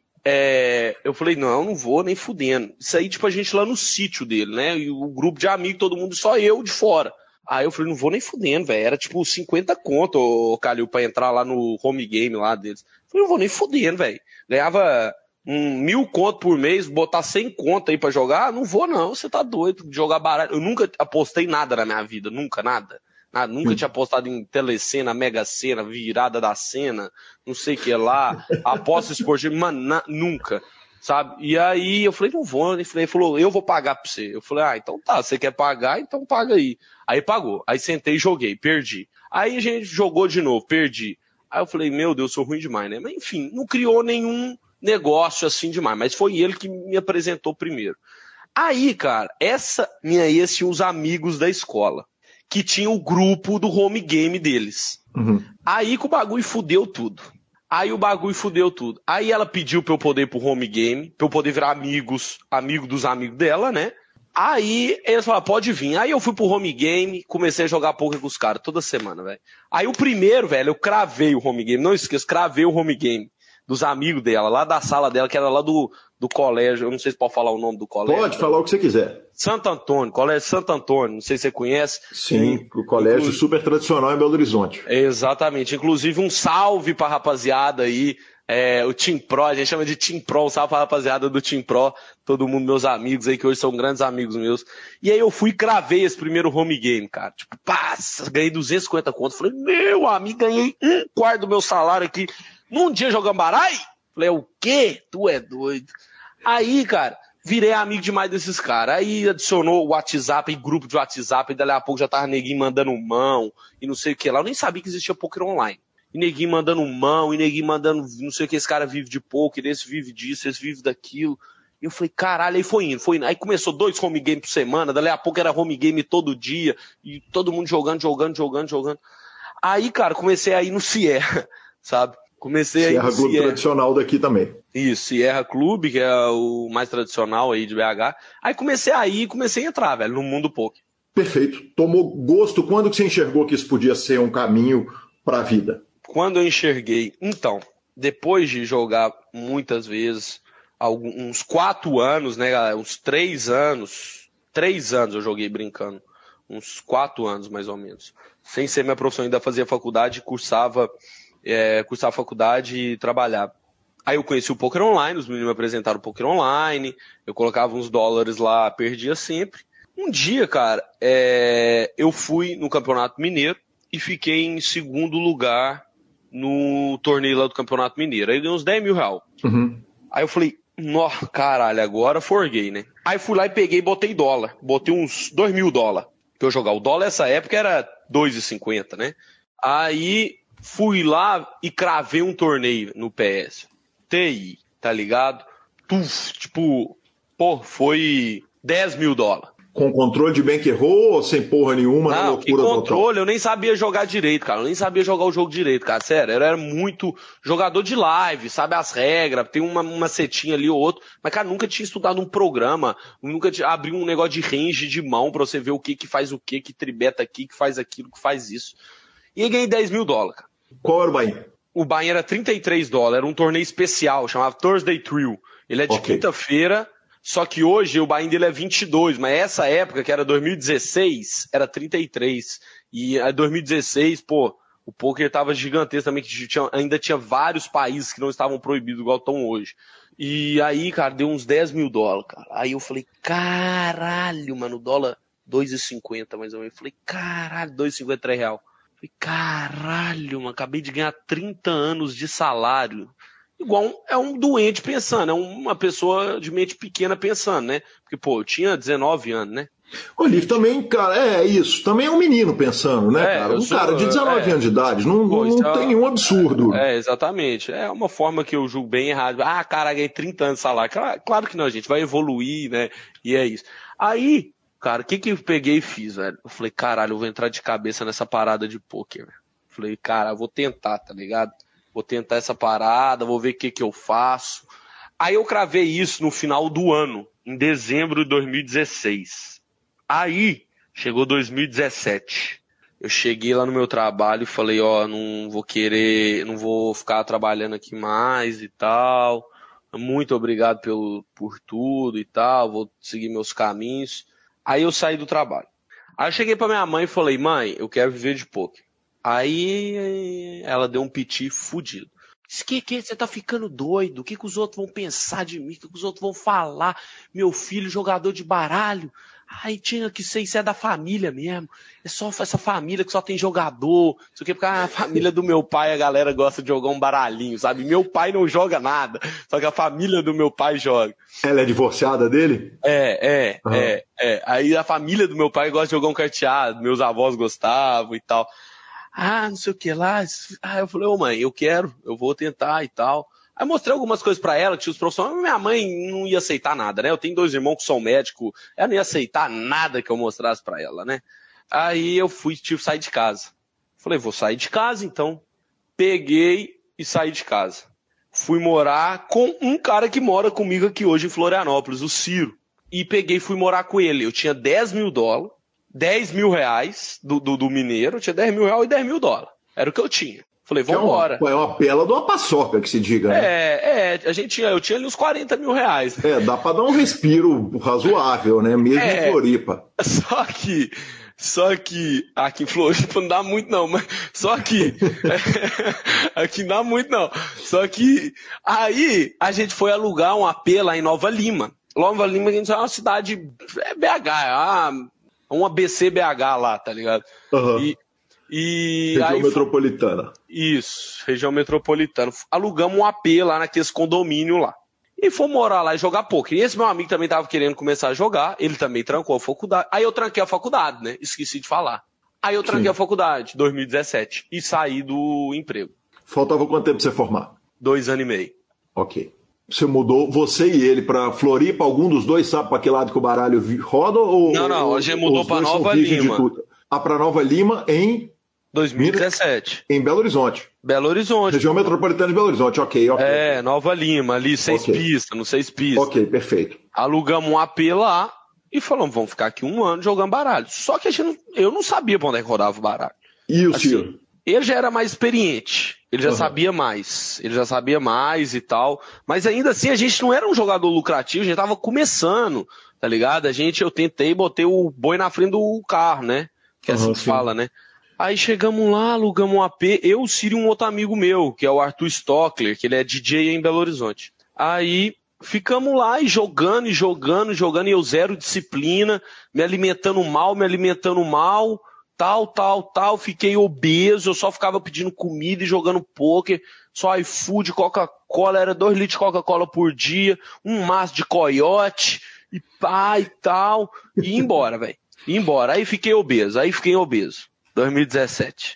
é, eu falei, não, não vou nem fudendo. Isso aí, tipo, a gente lá no sítio dele, né? E o grupo de amigos, todo mundo, só eu de fora. Aí eu falei, não vou nem fudendo, velho. Era tipo cinquenta conto, ô Calil, pra entrar lá no home game lá deles. Eu falei, não vou nem fudendo, velho. Ganhava um mil conto por mês, botar cem conto aí pra jogar? Não vou não, você tá doido de jogar baralho. Eu nunca apostei nada na minha vida, nunca, nada. nada nunca hum. tinha apostado em telecena, mega sena, virada da cena, não sei o que lá, aposta esportiva, mano, na, nunca, sabe? E aí eu falei, não vou, ele falou, eu vou pagar pra você. Eu falei, ah, então tá, você quer pagar, então paga aí. Aí pagou, aí sentei e joguei, perdi. Aí a gente jogou de novo, perdi. Aí eu falei, meu Deus, sou ruim demais, né? Mas enfim, não criou nenhum negócio assim demais, mas foi ele que me apresentou primeiro. Aí, cara, essa minha ex tinha os amigos da escola, que tinha o grupo do home game deles. Uhum. Aí que o bagulho fudeu tudo. Aí o bagulho fudeu tudo. Aí ela pediu pra eu poder ir pro home game, pra eu poder virar amigos, amigo dos amigos dela, né? Aí eles falaram, pode vir. Aí eu fui pro home game, comecei a jogar poker com os caras toda semana, velho. Aí o primeiro, velho, eu cravei o home game, não esqueça, cravei o home game dos amigos dela, lá da sala dela, que era lá do, do colégio, eu não sei se pode falar o nome do colégio. Pode falar o que você quiser. Santo Antônio, Colégio Santo Antônio, não sei se você conhece. Sim, o colégio Inclu... super tradicional em Belo Horizonte. Exatamente, inclusive um salve pra rapaziada aí, é, o Team Pro, a gente chama de Team Pro, um salve pra rapaziada do Team Pro, todo mundo, meus amigos aí, que hoje são grandes amigos meus. E aí eu fui e cravei esse primeiro home game, cara, tipo, passa, ganhei duzentos e cinquenta contos, falei, meu amigo, ganhei um quarto do meu salário aqui, num dia jogando baralho? Falei, o quê? Tu é doido. Aí, cara, virei amigo demais desses caras. Aí adicionou o WhatsApp, e grupo de WhatsApp, e dali a pouco já tava neguinho mandando mão, e não sei o que lá. Eu nem sabia que existia poker online. E neguinho mandando mão, e neguinho mandando, não sei o que, esse cara vive de poker, esse vive disso, esse vive daquilo. E eu falei, caralho, aí foi indo, foi indo. Aí começou dois home games por semana, dali a pouco era home game todo dia, e todo mundo jogando, jogando, jogando, jogando. Aí, cara, comecei a ir no Sierra, sabe? Comecei Sierra aí Clube Sierra. tradicional daqui também. Isso, Sierra Clube, que é o mais tradicional aí de B H. Aí comecei a ir, comecei a entrar, velho, no mundo poker. Perfeito. Tomou gosto. Quando que você enxergou que isso podia ser um caminho para a vida? Quando eu enxerguei, então, depois de jogar muitas vezes, alguns, uns quatro anos, né, galera, uns três anos, três anos eu joguei brincando, uns quatro anos mais ou menos. Sem ser minha profissão, ainda fazia faculdade, cursava... É, cursar a faculdade e trabalhar. Aí eu conheci o poker online, os meninos me apresentaram o poker online, eu colocava uns dólares lá, perdia sempre. Um dia, cara, é, eu fui no Campeonato Mineiro e fiquei em segundo lugar no torneio lá do Campeonato Mineiro. Aí eu ganhei uns dez mil reais. Uhum. Aí eu falei, nó, caralho, agora forguei, né? Aí fui lá e peguei e botei dólar. Botei uns dois mil dólares pra eu jogar. O dólar nessa época era dois e cinquenta, né? Aí... fui lá e cravei um torneio no P S. T I, tá ligado? Tuf, tipo, pô, foi dez mil dólares. Com controle de bankroll ou sem porra nenhuma? Não, na loucura que controle, total? Eu nem sabia jogar direito, cara. Eu nem sabia jogar o jogo direito, cara. Sério, eu era muito jogador de live, sabe as regras, tem uma, uma setinha ali ou outro. Mas, cara, nunca tinha estudado um programa, nunca tinha, abri um negócio de range de mão pra você ver o que que faz o que, que tribeta aqui, que faz aquilo, que faz isso. E aí ganhei dez mil dólares, cara. Qual era o buy-in? O buy-in era trinta e três dólares, era um torneio especial, chamava Thursday Thrill. Ele é de okay. quinta-feira, só que hoje o buy-in dele é vinte e dois, mas essa época, que era dois mil e dezesseis, era trinta e três. E em dois mil e dezesseis, pô, o poker tava gigantesco também, que tinha, ainda tinha vários países que não estavam proibidos igual estão hoje. E aí, cara, deu uns dez mil dólares, cara. Aí eu falei, caralho, mano, o dólar dois e cinquenta mais ou menos. Eu falei, caralho, dois e cinquenta, três real. Falei, caralho, mano, acabei de ganhar trinta anos de salário igual um, é um doente pensando, é uma pessoa de mente pequena pensando, né? Porque, pô, eu tinha dezenove anos, né? O Olívio também, cara, é isso. Também é um menino pensando, né, é, cara? Um sou, cara de dezenove é, anos de idade, não, pô, não tem é, nenhum absurdo. É, exatamente. É uma forma que eu julgo bem errado. Ah, cara, ganhei trinta anos de salário. Claro, claro que não, a gente vai evoluir, né? E é isso. Aí, cara, o que que eu peguei e fiz, velho? Eu falei, caralho, eu vou entrar de cabeça nessa parada de pôquer, velho. Falei, cara, eu vou tentar, tá ligado? Vou tentar essa parada, vou ver o que que eu faço. Aí eu cravei isso no final do ano, em dezembro de dois mil e dezesseis. Aí, chegou dois mil e dezessete. Eu cheguei lá no meu trabalho e falei, ó, não vou querer, não vou ficar trabalhando aqui mais e tal. Muito obrigado pelo, por tudo e tal, vou seguir meus caminhos. Aí eu saí do trabalho. Aí eu cheguei pra minha mãe e falei, mãe, eu quero viver de pôquer. Aí ela deu um piti fudido. Disse, que que você tá ficando doido? O que que os outros vão pensar de mim? O que que os outros vão falar? Meu filho, jogador de baralho. Ai, tinha que ser, isso é da família mesmo. É só essa família que só tem jogador. Isso aqui é porque a família do meu pai, a galera gosta de jogar um baralhinho, sabe? Meu pai não joga nada, só que a família do meu pai joga. Ela é divorciada dele? É, é, uhum. é, é. Aí a família do meu pai gosta de jogar um carteado, meus avós gostavam e tal. Ah, não sei o que lá. Ah, eu falei, ô mãe, eu quero, eu vou tentar e tal. Aí mostrei algumas coisas pra ela, tinha os profissionais, mas minha mãe não ia aceitar nada, né? Eu tenho dois irmãos que são médicos, ela não ia aceitar nada que eu mostrasse pra ela, né? Aí eu fui, tive que sair de casa. Falei, vou sair de casa então. Peguei e saí de casa. Fui morar com um cara que mora comigo aqui hoje em Florianópolis, o Ciro. E peguei e fui morar com ele. Eu tinha dez mil dólares, dez mil reais do, do, do mineiro, eu tinha dez mil reais e dez mil dólares. Era o que eu tinha. Falei, vambora. É uma, é uma pela de uma paçoca, que se diga, né? É, é, a gente, eu tinha ali uns quarenta mil reais. É, dá pra dar um respiro razoável, né? Mesmo é, em Floripa. Só que, só que, aqui em Floripa não dá muito não, mas só que, aqui não dá muito não. Só que, aí, a gente foi alugar um A P lá em Nova Lima. Nova Lima, a gente é uma cidade, é B H, é uma, uma A B C B H lá, tá ligado? Uhum. E, E região aí, metropolitana. Isso, região metropolitana. Alugamos um A P lá naqueles condomínios lá. E fomos morar lá e jogar poker. E esse meu amigo também tava querendo começar a jogar. Ele também trancou a faculdade. Aí eu tranquei a faculdade, né? Esqueci de falar. Aí eu tranquei Sim. a faculdade, dois mil e dezessete. E saí do emprego. Faltava quanto tempo pra você formar? Dois anos e meio. Ok. Você mudou, você e ele, pra Floripa? Algum dos dois sabe pra que lado que o baralho roda? Ou, não, não. A gente mudou pra Nova Lima. Ah, pra Nova Lima em... dois mil e dezessete. Em Belo Horizonte. Belo Horizonte. Região metropolitana de Belo Horizonte, ok, ok. É, Nova Lima, ali, seis okay. pistas, no seis pistas. Ok, perfeito. Alugamos um A P lá e falamos, vamos ficar aqui um ano jogando baralho. Só que a gente não, eu não sabia pra onde é que rodava o baralho. E o assim, Ciro? Ele já era mais experiente, ele já uhum. sabia mais, ele já sabia mais e tal. Mas ainda assim, a gente não era um jogador lucrativo, a gente tava começando, tá ligado? A gente, eu tentei, botei o boi na frente do carro, né? Que é assim uhum, que se fala, né? Aí chegamos lá, alugamos um A P, eu, o Ciro e um outro amigo meu, que é o Arthur Stockler, que ele é D J em Belo Horizonte. Aí ficamos lá e jogando, e jogando, jogando, e eu zero disciplina, me alimentando mal, me alimentando mal, tal, tal, tal, fiquei obeso, eu só ficava pedindo comida e jogando pôquer, só iFood, Coca-Cola, era dois litros de Coca-Cola por dia, um maço de coiote, e pá, e tal, e ia embora, velho, ia embora. Aí fiquei obeso, aí fiquei obeso. dois mil e dezessete.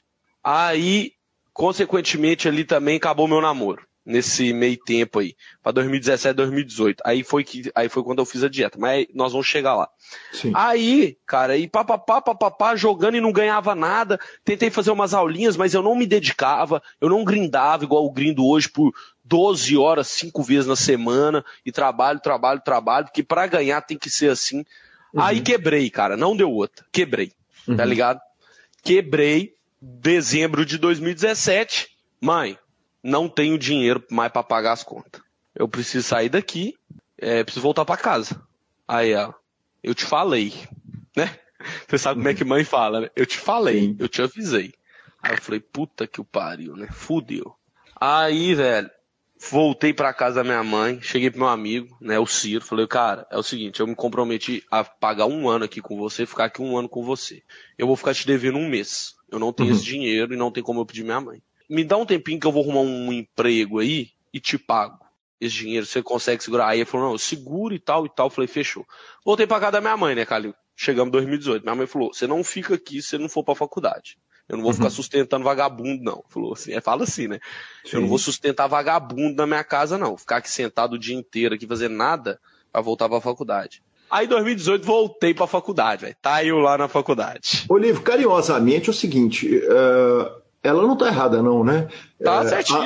Aí, consequentemente, ali também acabou meu namoro. Nesse meio tempo aí. Pra dois mil e dezessete, dois mil e dezoito. Aí foi, que, aí foi quando eu fiz a dieta. Mas nós vamos chegar lá. Sim. Aí, cara, e papapá, papapá, jogando e não ganhava nada. Tentei fazer umas aulinhas, mas eu não me dedicava. Eu não grindava igual eu grindo hoje por doze horas, cinco vezes na semana. E trabalho, trabalho, trabalho. Porque pra ganhar tem que ser assim. Uhum. Aí quebrei, cara. Não deu outra. Quebrei. Uhum. Tá ligado? Quebrei, dezembro de dois mil e dezessete. Mãe, não tenho dinheiro mais pra pagar as contas. Eu preciso sair daqui, é, preciso voltar pra casa. Aí ela, eu te falei, né? Você sabe como é que mãe fala, né? Eu te falei, Sim. eu te avisei. Aí eu falei, puta que o pariu, né? Fudeu. Aí, velho, voltei pra casa da minha mãe, cheguei pro meu amigo, né, o Ciro, falei, cara, é o seguinte, eu me comprometi a pagar um ano aqui com você, ficar aqui um ano com você. Eu vou ficar te devendo um mês. Eu não tenho uhum. esse dinheiro e não tem como eu pedir minha mãe. Me dá um tempinho que eu vou arrumar um emprego aí e te pago esse dinheiro, você consegue segurar? Aí ele falou, não, eu seguro e tal e tal. Eu falei, fechou. Voltei pra casa da minha mãe, né, Calil? Chegamos em dois mil e dezoito. Minha mãe falou, você não fica aqui se você não for pra faculdade. Eu não vou uhum. ficar sustentando vagabundo, não. Falou assim, é, fala assim, né? Sim. Eu não vou sustentar vagabundo na minha casa, não. Ficar aqui sentado o dia inteiro aqui fazendo nada pra voltar pra faculdade. Aí em dois mil e dezoito voltei pra faculdade, velho. Tá eu lá na faculdade. Olívio, carinhosamente é o seguinte, uh, ela não tá errada não, né? Tá certíssimo.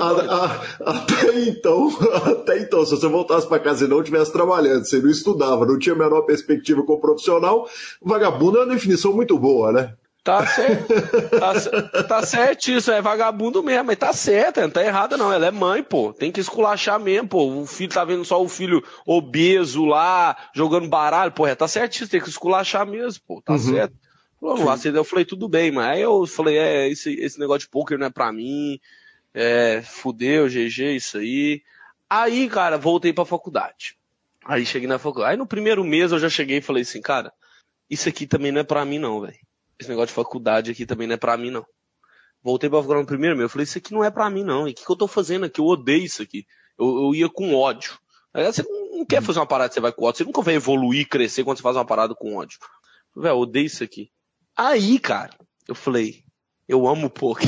É, até então, até então, se você voltasse pra casa e não estivesse trabalhando, você não estudava, não tinha a menor perspectiva como profissional, vagabundo é uma definição muito boa, né? Tá certo, tá, tá certo isso, é vagabundo mesmo, mas tá certo, não tá errada não, ela é mãe, pô, tem que esculachar mesmo, pô, o filho tá vendo só o filho obeso lá, jogando baralho, pô, é, tá certíssimo, tem que esculachar mesmo, pô, tá uhum. certo. Falou, acendeu, eu falei, tudo bem, mas aí eu falei, é, esse, esse negócio de poker não é pra mim, é, fudeu, G G, isso aí. Aí, cara, voltei pra faculdade, aí cheguei na faculdade, aí no primeiro mês eu já cheguei e falei assim, cara, isso aqui também não é pra mim não, velho. Esse negócio de faculdade aqui também não é pra mim, não. Voltei pra faculdade no primeiro mês. Eu falei, isso aqui não é pra mim, não. E o que, que eu tô fazendo aqui? Eu odeio isso aqui. Eu, eu ia com ódio. Você não quer fazer uma parada que você vai com ódio. Você nunca vai evoluir, crescer quando você faz uma parada com ódio. Velho, eu odeio isso aqui. Aí, cara, eu falei, eu amo poker.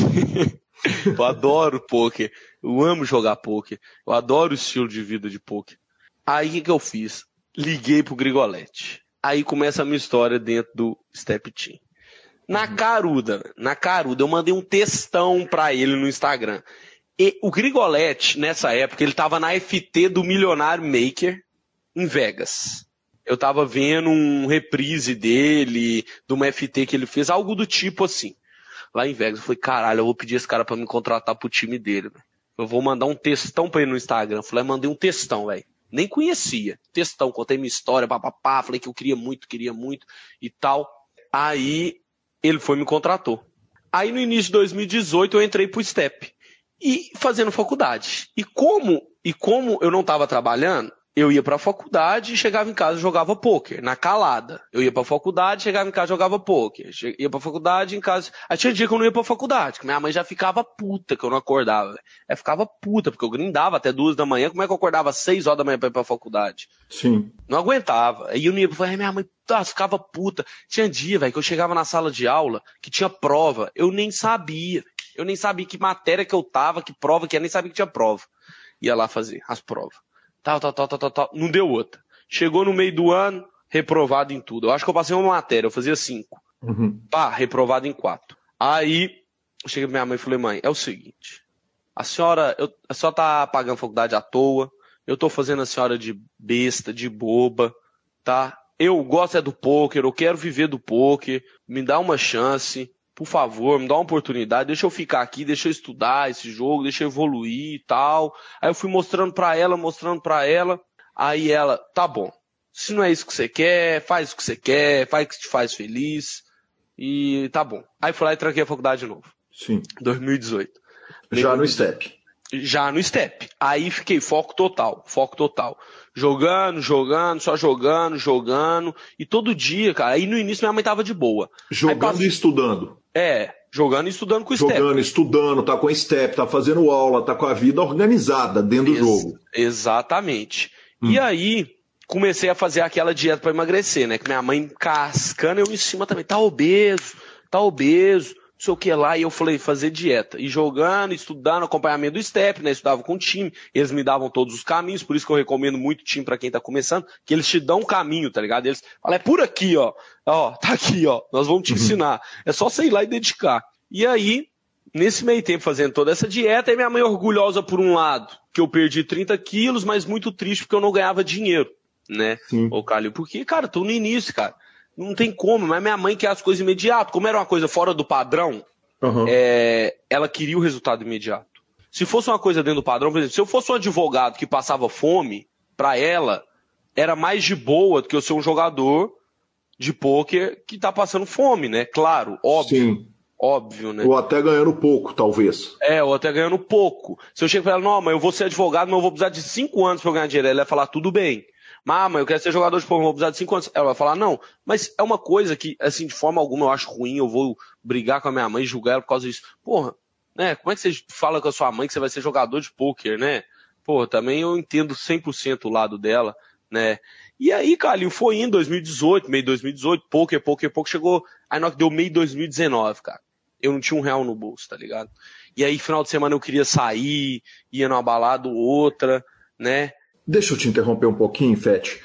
Eu adoro poker. Eu amo jogar poker. Eu adoro o estilo de vida de poker. Aí, o que, que eu fiz? Liguei pro Grigolete. Aí começa a minha história dentro do Step Team. Na caruda, na caruda, eu mandei um textão pra ele no Instagram. E o Grigolete, nessa época, ele tava na F T do Milionário Maker, em Vegas. Eu tava vendo um reprise dele, de uma F T que ele fez, algo do tipo assim, lá em Vegas. Eu falei, caralho, eu vou pedir esse cara pra me contratar pro time dele, véio. Eu vou mandar um textão pra ele no Instagram. Eu falei, mandei um textão, velho. Nem conhecia. Textão, contei minha história, papapá, falei que eu queria muito, queria muito e tal. Aí ele foi e me contratou. Aí no início de dois mil e dezoito eu entrei pro Step. E fazendo faculdade. E como, e como eu não estava trabalhando, eu ia pra faculdade, chegava em casa e jogava pôquer, na calada. Eu ia pra faculdade, chegava em casa e jogava pôquer. Ia pra faculdade, em casa... Aí tinha dia que eu não ia pra faculdade, que minha mãe já ficava puta que eu não acordava. Ela ficava puta, porque eu grindava até duas da manhã, como é que eu acordava às seis horas da manhã pra ir pra faculdade? Sim. Não aguentava. Aí eu não ia pra faculdade, minha mãe tá, ficava puta. Tinha dia, velho, que eu chegava na sala de aula, que tinha prova, eu nem sabia. Eu nem sabia que matéria que eu tava, que prova que eu nem sabia que tinha prova. Ia lá fazer as provas. Tal, tal, tal, tal, tal, tal. Não deu outra. Chegou no meio do ano, reprovado em tudo. Eu acho que eu passei uma matéria, eu fazia cinco. Uhum. Pá, reprovado em quatro. Aí, eu cheguei pra minha mãe e falei, mãe, é o seguinte, a senhora, eu, a senhora tá pagando faculdade à toa, eu tô fazendo a senhora de besta, de boba, tá? Eu gosto é do pôquer, eu quero viver do pôquer, me dá uma chance, por favor, me dá uma oportunidade, deixa eu ficar aqui, deixa eu estudar esse jogo, deixa eu evoluir e tal. Aí eu fui mostrando pra ela, mostrando pra ela, aí ela, tá bom, se não é isso que você quer, faz o que você quer, faz o que te faz feliz, e tá bom. Aí fui lá e tranquei a faculdade de novo. Sim. dois mil e dezoito. Já no Step. Já no Step. Aí fiquei foco total, foco total. Jogando, jogando, só jogando, jogando. E todo dia, cara, aí no início minha mãe tava de boa. Jogando passou... e estudando. É, jogando e estudando com o Step. Jogando, estudando, tá com o Step, tá fazendo aula, tá com a vida organizada dentro Ex- do jogo. Exatamente. Hum. E aí, comecei a fazer aquela dieta pra emagrecer, né? Que minha mãe cascando eu em cima também. Tá obeso, tá obeso. Não sei o que lá, e eu falei, fazer dieta. E jogando, estudando, acompanhamento do Step, né? Estudava com o time, eles me davam todos os caminhos, por isso que eu recomendo muito o time pra quem tá começando, que eles te dão um caminho, tá ligado? Eles falam, é por aqui, ó. Ó, tá aqui, ó. Nós vamos te uhum. ensinar. É só você ir lá e dedicar. E aí, nesse meio tempo, fazendo toda essa dieta, aí minha mãe orgulhosa por um lado, que eu perdi trinta quilos, mas muito triste porque eu não ganhava dinheiro, né? Sim. Ô, Calil, porque, cara, tô no início, cara. Não tem como, mas minha mãe quer as coisas imediato. Como era uma coisa fora do padrão, uhum. é, ela queria o resultado imediato. Se fosse uma coisa dentro do padrão, por exemplo, se eu fosse um advogado que passava fome, pra ela, era mais de boa do que eu ser um jogador de pôquer que tá passando fome, né? Claro, óbvio. Sim. Óbvio, né? Ou até ganhando pouco, talvez. É, ou até ganhando pouco. Se eu chego pra ela, não, mas eu vou ser advogado, mas eu vou precisar de cinco anos pra eu ganhar dinheiro. Ela vai falar, tudo bem. Mama, eu quero ser jogador de pôquer, vou precisar de cinco anos. Ela vai falar, não, mas é uma coisa que, assim, de forma alguma eu acho ruim, eu vou brigar com a minha mãe, julgar ela por causa disso. Porra, né? Como é que você fala com a sua mãe que você vai ser jogador de pôquer, né? Pô, também eu entendo cem por cento o lado dela, né? E aí, Calil, foi em dois mil e dezoito, meio de dois mil e dezoito, pôquer, pôquer, pôquer, chegou, aí nós deu meio de dois mil e dezenove, cara. Eu não tinha um real no bolso, tá ligado? E aí, final de semana eu queria sair, ia numa balada ou outra, né? Deixa eu te interromper um pouquinho, Fete.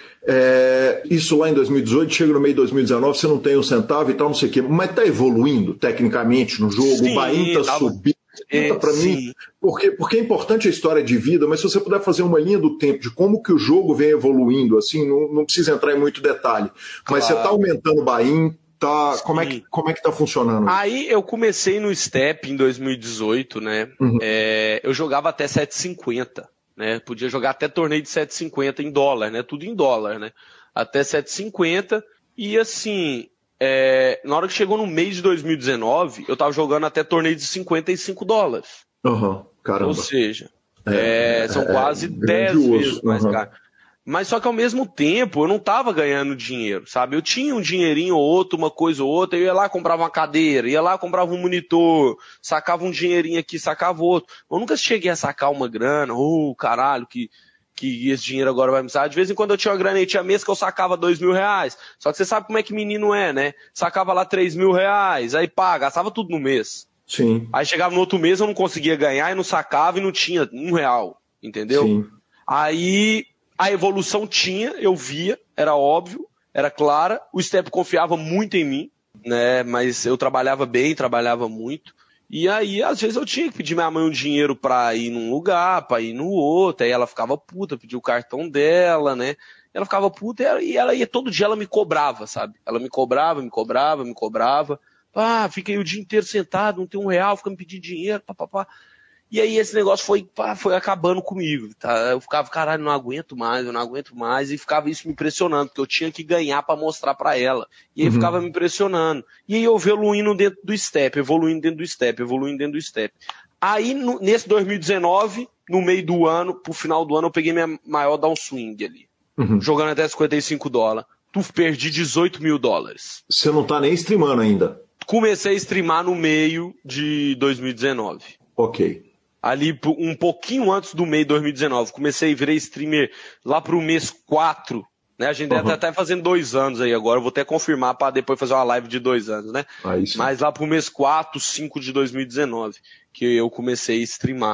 É, isso lá em dois mil e dezoito, chega no meio de dois mil e dezenove, você não tem um centavo e tal, não sei o quê, mas tá evoluindo tecnicamente no jogo, sim, o Bahia tá tava... subindo. Conta pra é, mim, porque, porque é importante a história de vida, mas se você puder fazer uma linha do tempo de como que o jogo vem evoluindo, assim, não, não precisa entrar em muito detalhe, mas claro. Você tá aumentando o Bahia, tá, como, é que, como é que tá funcionando? Aí eu comecei no Step em dois mil e dezoito, né, uhum. é, eu jogava até sete e cinquenta. Né? Podia jogar até torneio de sete e cinquenta em dólar, né? Tudo em dólar, né? Até sete e cinquenta. E assim, é... na hora que chegou no mês de dois mil e dezenove, eu tava jogando até torneio de cinquenta e cinco dólares. Uhum, caramba. Ou seja, é, é, são é, quase é dez vezes mais uhum. caro. Mas só que ao mesmo tempo eu não tava ganhando dinheiro, sabe? Eu tinha um dinheirinho ou outro, uma coisa ou outra, eu ia lá, comprava uma cadeira, ia lá, comprava um monitor, sacava um dinheirinho aqui, sacava outro. Eu nunca cheguei a sacar uma grana, oh, caralho, que, que esse dinheiro agora vai me sair. De vez em quando eu tinha uma grana e tinha mês que eu sacava dois mil reais. Só que você sabe como é que menino é, né? Sacava lá três mil reais, aí pá, gastava tudo no mês. Sim. Aí chegava no outro mês eu não conseguia ganhar e não sacava e não tinha um real, entendeu? Sim. Aí... A evolução tinha, eu via, era óbvio, era clara, o Step confiava muito em mim, né, mas eu trabalhava bem, trabalhava muito, e aí às vezes eu tinha que pedir minha mãe um dinheiro pra ir num lugar, pra ir no outro, aí ela ficava puta, pedia o cartão dela, né, ela ficava puta e ela ia, todo dia ela me cobrava, sabe, ela me cobrava, me cobrava, me cobrava, ah, fica aí o dia inteiro sentado, não tem um real, fica me pedindo dinheiro, papapá. E aí esse negócio foi, pá, foi acabando comigo, tá? Eu ficava, caralho, não aguento mais, eu não aguento mais, e ficava isso me impressionando, porque eu tinha que ganhar pra mostrar pra ela. E aí uhum. ficava me impressionando. E aí eu evoluindo dentro do Step, evoluindo dentro do Step, evoluindo dentro do Step. Aí, no, nesse dois mil e dezenove, no meio do ano, pro final do ano, eu peguei minha maior downswing ali. Uhum. Jogando até cinquenta e cinco dólares. Tu perdi dezoito mil dólares. Você não tá nem streamando ainda? Comecei a streamar no meio de dois mil e dezenove. Ok. Ali um pouquinho antes do mês de dois mil e dezenove. Comecei a virar streamer lá pro mês quatro, né? A gente deve estar até fazendo dois anos aí agora. Eu vou até confirmar para depois fazer uma live de dois anos, né? Aí sim. Mas lá pro mês quatro, cinco de dois mil e dezenove, que eu comecei a streamar.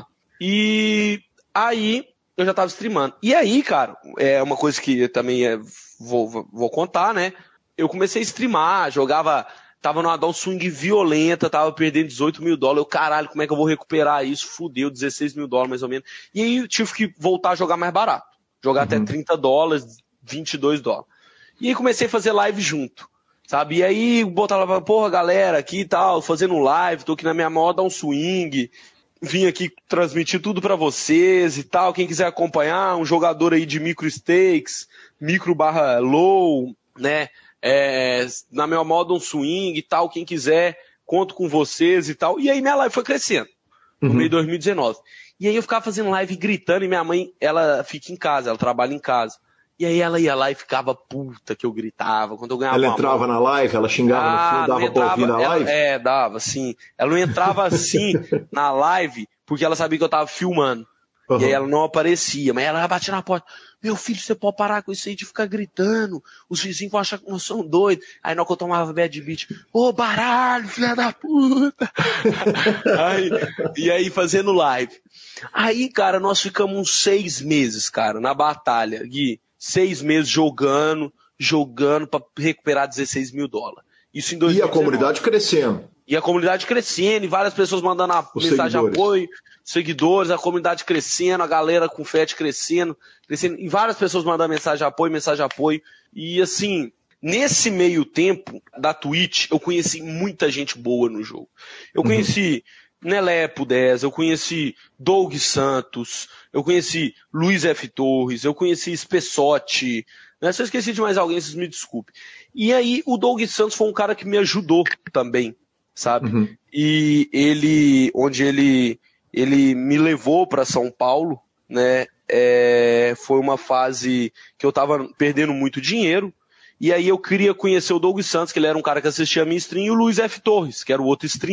E aí eu já tava streamando. E aí, cara, é uma coisa que eu também é, vou, vou contar, né? Eu comecei a streamar, jogava... Tava numa downswing violenta, tava perdendo dezoito mil dólares. Eu, caralho, como é que eu vou recuperar isso? Fudeu, dezesseis mil dólares mais ou menos. E aí eu tive que voltar a jogar mais barato. Jogar uhum. até trinta dólares, vinte e dois dólares. E aí comecei a fazer live junto, sabe? E aí botava lá, porra, galera, aqui e tal, fazendo live, tô aqui na minha maior downswing. Vim aqui transmitir tudo pra vocês e tal. Quem quiser acompanhar, um jogador aí de micro stakes, micro barra low, né? É, na minha moda um swing e tal, quem quiser, conto com vocês e tal. E aí minha live foi crescendo, no uhum. meio de dois mil e dezenove. E aí eu ficava fazendo live gritando e minha mãe, ela fica em casa, ela trabalha em casa. E aí ela ia lá e ficava puta que eu gritava. Quando eu ganhava ela entrava mão, na live, ela xingava ah, no fundo, dava entrava, pra ouvir na ela, live? É, dava, sim. Ela não entrava assim na live porque ela sabia que eu tava filmando. Uhum. E aí ela não aparecia, mas ela batia na porta. Meu filho, você pode parar com isso aí de ficar gritando. Os vizinhos vão achar que nós somos doidos. Aí na hora que eu tomava bad beat, ô baralho, filha da puta. aí, e aí fazendo live. Aí, cara, nós ficamos uns seis meses, cara, na batalha. Gui, seis meses jogando, jogando pra recuperar dezesseis mil dólares. Isso em dois mil e dezenove. E a comunidade crescendo. E a comunidade crescendo, e várias pessoas mandando a Os mensagem seguidores. de apoio, seguidores, a comunidade crescendo, a galera com Fete crescendo, crescendo, e várias pessoas mandando mensagem de apoio, mensagem de apoio. E assim, nesse meio tempo da Twitch, eu conheci muita gente boa no jogo. Eu uhum. conheci Nelepo dez, eu conheci Doug Santos, eu conheci Luiz F. Torres, eu conheci Spessotti, né? Se eu esqueci de mais alguém, vocês me desculpem. E aí, o Doug Santos foi um cara que me ajudou também, sabe? Uhum. E ele, onde ele, ele me levou para São Paulo, né? É, foi uma fase que eu tava perdendo muito dinheiro, e aí eu queria conhecer o Doug Santos, que ele era um cara que assistia a minha stream, e o Luiz F. Torres, que era o outro streamer,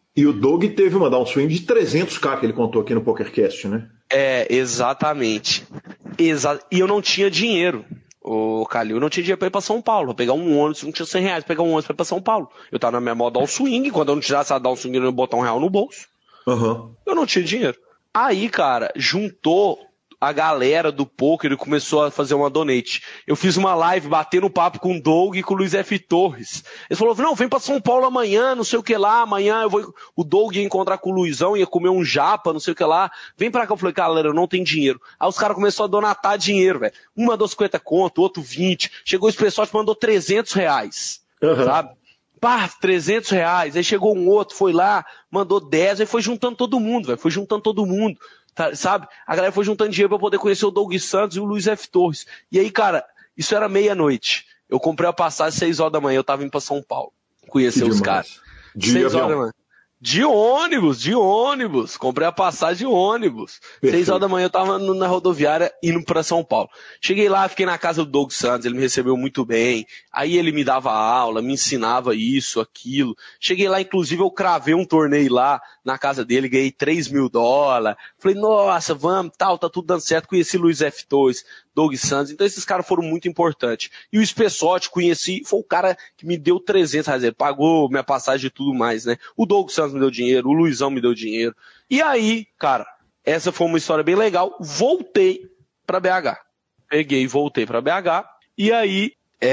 E o Doug teve uma downswing de trezentos k que ele contou aqui no PokerCast, né? É, exatamente. Exa e eu não tinha dinheiro, ô Calil. Eu não tinha dinheiro pra ir pra São Paulo. Pra pegar um ônibus, não tinha cem reais pra pegar um ônibus pra ir pra São Paulo. Eu tava na minha moda downswing, quando eu não tirasse a downswing, eu ia botar um real no bolso. Uhum. Eu não tinha dinheiro. Aí, cara, juntou a galera do poker e começou a fazer uma donate. Eu fiz uma live batendo papo com o Doug e com o Luiz F. Torres. Eles falaram, não, vem pra São Paulo amanhã, não sei o que lá, amanhã eu vou... O Doug ia encontrar com o Luizão, ia comer um japa, não sei o que lá. Vem pra cá. Eu falei, galera, eu não tenho dinheiro. Aí os caras começaram a donatar dinheiro, velho. Um mandou cinquenta conto, outro vinte. Chegou esse pessoal que mandou trezentos reais, uhum. sabe? Pá, trezentos reais. Aí chegou um outro, foi lá, mandou dez, aí foi juntando todo mundo, velho. Foi juntando todo mundo. Tá, sabe? A galera foi juntando dinheiro pra poder conhecer o Doug Santos e o Luiz F. Torres. E aí, cara, isso era meia-noite. Eu comprei a passagem às seis horas da manhã, eu tava indo pra São Paulo. Conhecer os caras. seis horas da manhã. De ônibus, de ônibus. Comprei a passagem de ônibus. Perfeito. seis horas da manhã eu tava no, na rodoviária indo pra São Paulo. Cheguei lá, fiquei na casa do Doug Santos, ele me recebeu muito bem. Aí ele me dava aula, me ensinava isso, aquilo. Cheguei lá, inclusive eu cravei um torneio lá na casa dele, ganhei três mil dólares. Falei, nossa, vamos, tal, tá tudo dando certo. Conheci Luiz F. Torres, Doug Santos. Então esses caras foram muito importantes. E o Spessotti, conheci, foi o cara que me deu trezentos reais. Ele pagou minha passagem e tudo mais, né? O Doug Santos me deu dinheiro, o Luizão me deu dinheiro. E aí, cara, essa foi uma história bem legal. Voltei pra B H. Peguei e voltei pra B H. E aí,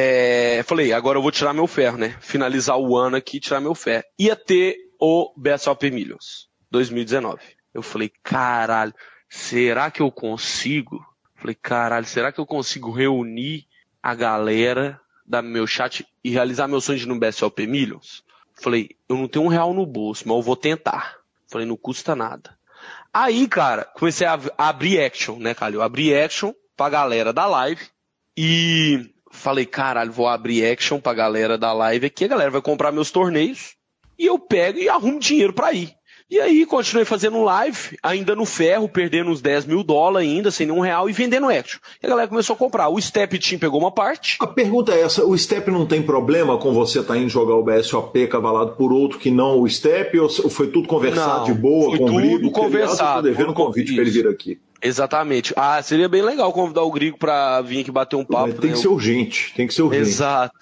é, falei, agora eu vou tirar meu ferro, né? Finalizar o ano aqui, tirar meu ferro. Ia ter o B S O P Millions, dois mil e dezenove. Eu falei, caralho, será que eu consigo? Falei, caralho, será que eu consigo reunir a galera da meu chat e realizar meu sonho de ir no B S O P Millions? Falei, eu não tenho um real no bolso, mas eu vou tentar. Falei, não custa nada. Aí, cara, comecei a abrir action, né, Calil? Abri action pra galera da live e falei, caralho, vou abrir action pra galera da live aqui, a galera vai comprar meus torneios e eu pego e arrumo dinheiro pra ir. E aí, continuei fazendo live, ainda no ferro, perdendo uns dez mil dólares ainda, sem nenhum real, e vendendo action. E a galera começou a comprar. O Step Team pegou uma parte. A pergunta é essa, o Step não tem problema com você estar tá indo jogar o B S O P cavalado por outro que não o Step, ou foi tudo conversado não, de boa foi com tudo o Grigo? Conversado. Eu tô devendo um convite para ele vir aqui. Exatamente. Ah, seria bem legal convidar o Grigo pra vir aqui bater um papo. Mas tem né? que ser urgente, tem que ser urgente. Exato.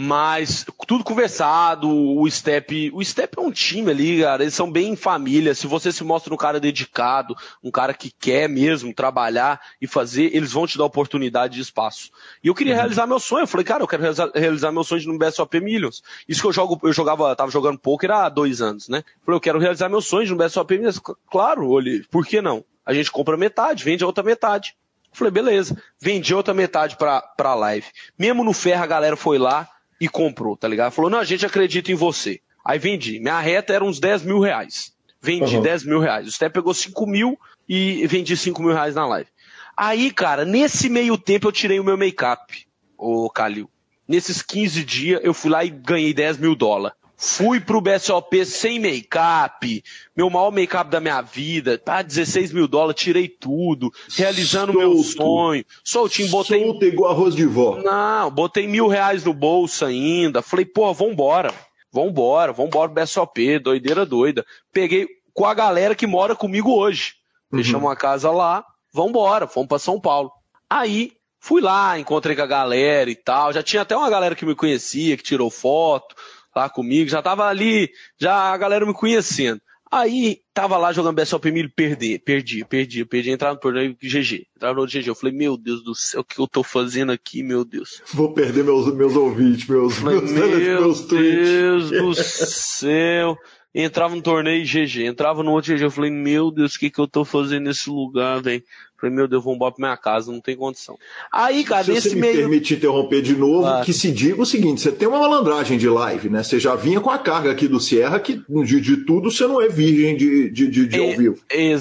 Mas tudo conversado, o Step, o Step é um time ali, cara, eles são bem em família. Se você se mostra um cara dedicado, um cara que quer mesmo trabalhar e fazer, eles vão te dar oportunidade de espaço. E eu queria uhum. realizar meu sonho, eu falei, cara, eu quero realizar, realizar meu sonho no B S O P Millions. Isso que eu jogo, eu jogava, tava jogando poker há dois anos, né? Eu falei, eu quero realizar meu sonho no B S O P Millions. Claro, Olive, por que não? A gente compra metade, vende a outra metade. Eu falei, beleza, vendi a outra metade pra, pra live. Mesmo no ferro a galera foi lá e comprou, tá ligado? Falou, não, a gente acredita em você. Aí vendi. Minha reta era uns dez mil reais. Vendi uhum. dez mil reais. O Step pegou cinco mil e vendi cinco mil reais na live. Aí, cara, nesse meio tempo eu tirei o meu make-up, ô Calil. Nesses quinze dias eu fui lá e ganhei dez mil dólares. Fui pro B S O P sem make-up, meu maior make-up da minha vida, tá, dezesseis mil dólares, tirei tudo, realizando o meu sonho, soltinho, botei... Solto igual arroz de vó. Não, botei mil reais no bolso ainda, falei, pô, vambora, vambora, vambora pro B S O P, doideira doida. Peguei com a galera que mora comigo hoje, uhum. deixamos uma casa lá, vambora, fomos pra São Paulo. Aí, fui lá, encontrei com a galera e tal, já tinha até uma galera que me conhecia, que tirou foto lá comigo, já tava ali, já a galera me conhecendo. Aí, tava lá jogando B S O P Milho, perdi, perdi, perdi, perdi, entrava no torneio G G, entrava no G G, eu falei, meu Deus do céu, o que eu tô fazendo aqui, meu Deus. Vou perder meus, meus ouvintes, meus, falei, meus, meu meus Deus do céu, entrava no torneio G G, entrava no outro G G, eu falei, meu Deus, o que que eu tô fazendo nesse lugar, velho? Falei, meu Deus, vou embora pra minha casa, não tem condição. Aí, cara, se nesse você me meio... permite interromper de novo, ah. que se diga o seguinte, você tem uma malandragem de live, né? Você já vinha com a carga aqui do Sierra, que de, de tudo você não é virgem de, de, de, de é, ao vivo.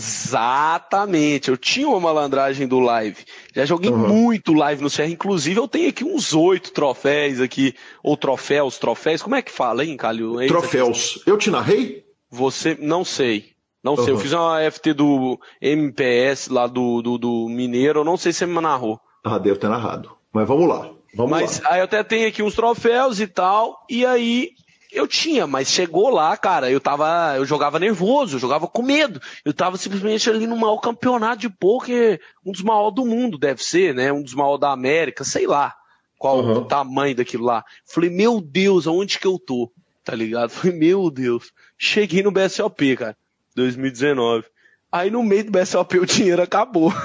Exatamente, eu tinha uma malandragem do live. Já joguei uhum. muito live no Sierra, inclusive eu tenho aqui uns oito troféus aqui, ou troféus, troféus, como é que fala, hein, Calil? É troféus. Eu te narrei? Você, não sei. Não sei, uhum. eu fiz uma F T do M P S lá do, do, do Mineiro, eu não sei se você me narrou. Ah, devo ter narrado. Mas vamos lá, vamos Mas lá. aí eu até tenho aqui uns troféus e tal, e aí Eu tinha, mas chegou lá, cara, eu tava, eu jogava nervoso, eu jogava com medo. Eu tava simplesmente ali no maior campeonato de pôquer, um dos maiores do mundo, deve ser, né? Um dos maiores da América, sei lá qual uhum. o tamanho daquilo lá. Falei, meu Deus, aonde que eu tô? Tá ligado? Falei, meu Deus. Cheguei no B S O P, cara, dois mil e dezenove. Aí no meio do B S O P o dinheiro acabou.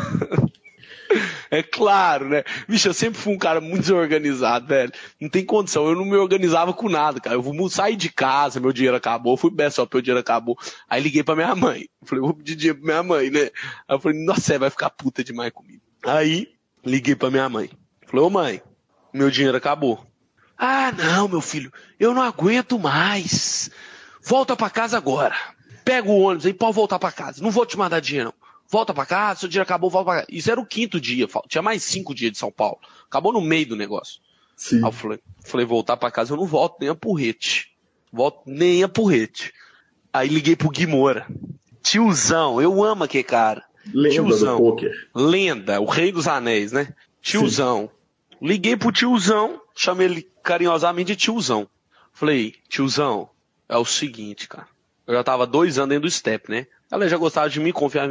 É claro, né? Bicho, eu sempre fui um cara muito desorganizado, velho. Não tem condição, eu não me organizava com nada, cara. Eu vou sair de casa, meu dinheiro acabou. Eu fui pro B S O P, o dinheiro acabou. Aí liguei pra minha mãe. Falei, vou pedir dinheiro pra minha mãe, né? Aí eu falei, nossa, você vai ficar puta demais comigo. Aí, liguei pra minha mãe. Falei, ô mãe, meu dinheiro acabou. Ah, não, meu filho, eu não aguento mais. Volta pra casa agora. Pega o ônibus aí, pode voltar pra casa. Não vou te mandar dinheiro, não. Volta pra casa, seu dinheiro acabou, volta pra casa. Isso era o quinto dia, tinha mais cinco dias de São Paulo. Acabou no meio do negócio. Sim. Aí eu falei, falei, voltar pra casa eu não volto nem a porrete. Volto nem a porrete. Aí liguei pro Gui Moura. Tiozão, eu amo aquele cara. Lenda tiozão, do pôquer. Lenda, o rei dos anéis, né? Tiozão. Sim. Liguei pro tiozão, chamei ele carinhosamente de tiozão. Falei, tiozão, é o seguinte, cara. Eu já tava dois anos dentro do step, né? Ela já gostava de mim, confiava em mim.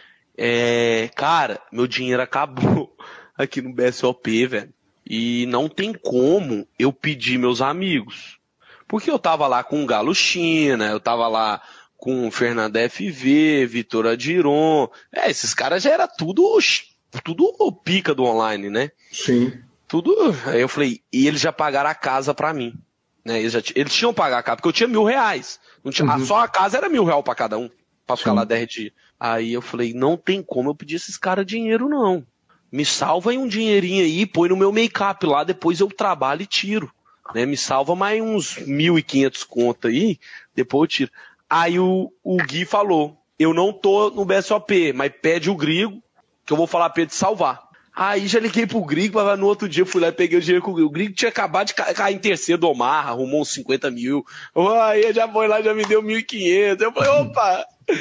É, cara, meu dinheiro acabou aqui no B S O P, velho. E não tem como eu pedir meus amigos. Porque eu tava lá com o Galo China, eu tava lá com o Fernando F V, Vitor Adiron. É, esses caras já era tudo, tudo pica do online, né? Sim. Tudo. Aí eu falei, e eles já pagaram a casa pra mim. Né? Eles, já, eles tinham pagar a casa, porque eu tinha mil reais. Não tinha, uhum. Só a casa era mil reais pra cada um. Pra ficar Sim. lá dez dias. Aí eu falei, não tem como eu pedir esses caras dinheiro, não. Me salva aí um dinheirinho aí, põe no meu make-up lá, depois eu trabalho e tiro. Né? Me salva mais uns mil e quinhentos conto aí, depois eu tiro. Aí o, o Gui falou, eu não tô no B S O P, mas pede o Grigo, que eu vou falar pra ele te salvar. Aí já liguei pro Grigo, mas no outro dia eu fui lá e peguei o dinheiro com o Grigo. O Grigo tinha acabado de cair em terceiro do Omar, arrumou uns cinquenta mil. Aí já foi lá, já me deu mil e quinhentos. Eu falei, opa,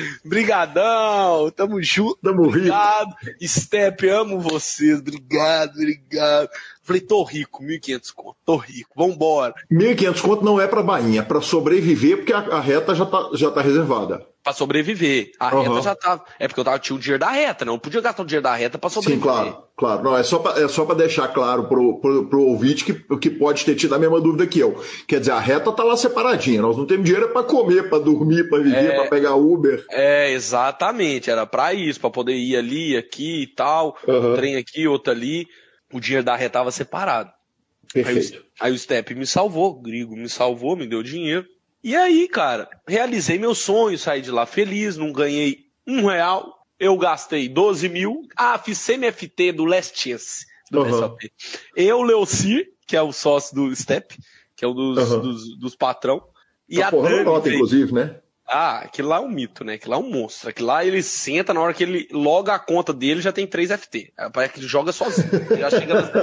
brigadão, tamo junto. Tamo obrigado. Rico. Step, amo vocês, obrigado, obrigado. Falei, tô rico, mil e quinhentos conto, tô rico, vambora. mil e quinhentos conto não é pra bainha, é pra sobreviver, porque a, a reta já tá, já tá reservada. Pra sobreviver. A uhum. reta já tava. É porque eu tava, tinha o dinheiro da reta, não eu podia gastar o dinheiro da reta pra sobreviver. Sim, claro, claro. Não, é só pra, é só pra deixar claro pro, pro, pro ouvinte que, que pode ter tido a mesma dúvida que eu. Quer dizer, a reta tá lá separadinha. Nós não temos dinheiro pra comer, pra dormir, pra viver, é, pra pegar Uber. É, exatamente. Era pra isso, pra poder ir ali, aqui e tal. Uhum. Um trem aqui, outro ali. O dinheiro da reta tava separado. Perfeito. Aí, aí o Step me salvou, o Grigo me salvou, me deu dinheiro. E aí, cara, realizei meu sonho, saí de lá feliz, não ganhei um real, eu gastei doze mil, ah, fiz semi-F T do Last Chance, do uhum. B S O P. Eu, Leocir, que é o sócio do Step, que é um dos, uhum. dos, dos patrão, e tá a Dani nota, veio... inclusive, né? Ah, aquilo lá é um mito, né? Aquilo lá é um monstro. Aquilo lá ele senta, na hora que ele loga a conta dele, já tem três F T. Parece que ele joga sozinho. Ele já chega nas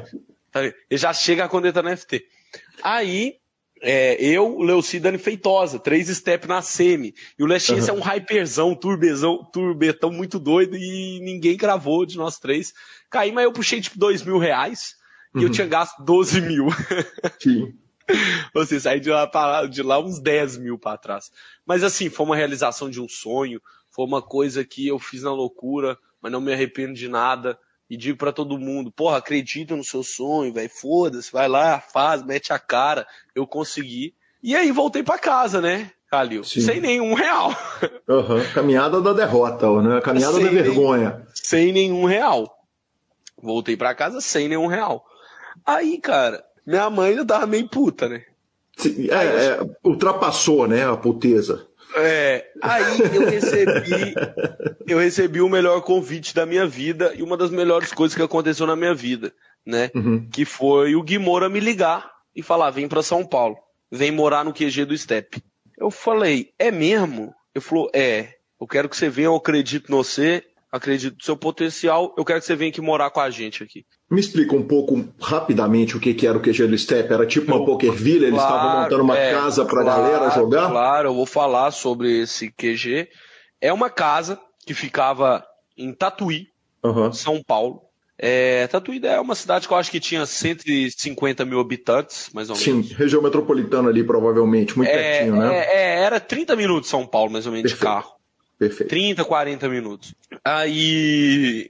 Ele já chega quando ele tá no F T. Aí... É, eu, Leocir, Dani Feitosa, três step na semi. E o Last Chance uhum. é um hyperzão, turbezão, turbetão muito doido e ninguém cravou de nós três. Caí, mas eu puxei tipo dois mil reais uhum. e eu tinha gasto doze mil. Sim. Você sai de lá, pra, de lá uns dez mil pra trás. Mas assim, foi uma realização de um sonho, foi uma coisa que eu fiz na loucura, mas não me arrependo de nada. E digo pra todo mundo, porra, acredita no seu sonho, velho, foda-se, vai lá, faz, mete a cara, eu consegui. E aí voltei pra casa, né, Calil? Sim. Sem nenhum real. Uhum. Caminhada da derrota, né? Caminhada sem da vergonha. Nem, sem nenhum real. Voltei pra casa sem nenhum real. Aí, cara, minha mãe já tava meio puta, né? Sim, é, eu... é, ultrapassou, né, a puteza. É, aí eu recebi, eu recebi o melhor convite da minha vida e uma das melhores coisas que aconteceu na minha vida, né? Uhum. Que foi o Gui Moura me ligar e falar, vem pra São Paulo, vem morar no Q G do Step. Eu falei, é mesmo? Ele falou, é, eu quero que você venha, eu acredito em você, acredito no seu potencial, eu quero que você venha aqui morar com a gente aqui. Me explica um pouco rapidamente o que, que era o Q G do Step. Era tipo uma Poker Villa? Eles estavam claro, montando uma é, casa pra claro, galera jogar? Claro, eu vou falar sobre esse Q G. É uma casa que ficava em Tatuí, uhum. São Paulo. É, Tatuí é uma cidade que eu acho que tinha cento e cinquenta mil habitantes, mais ou Sim, menos. Sim, região metropolitana ali, provavelmente, muito é, pertinho, né? É, é, era trinta minutos de São Paulo, mais ou menos, Perfeito. de carro. Perfeito. trinta, quarenta minutos. Aí,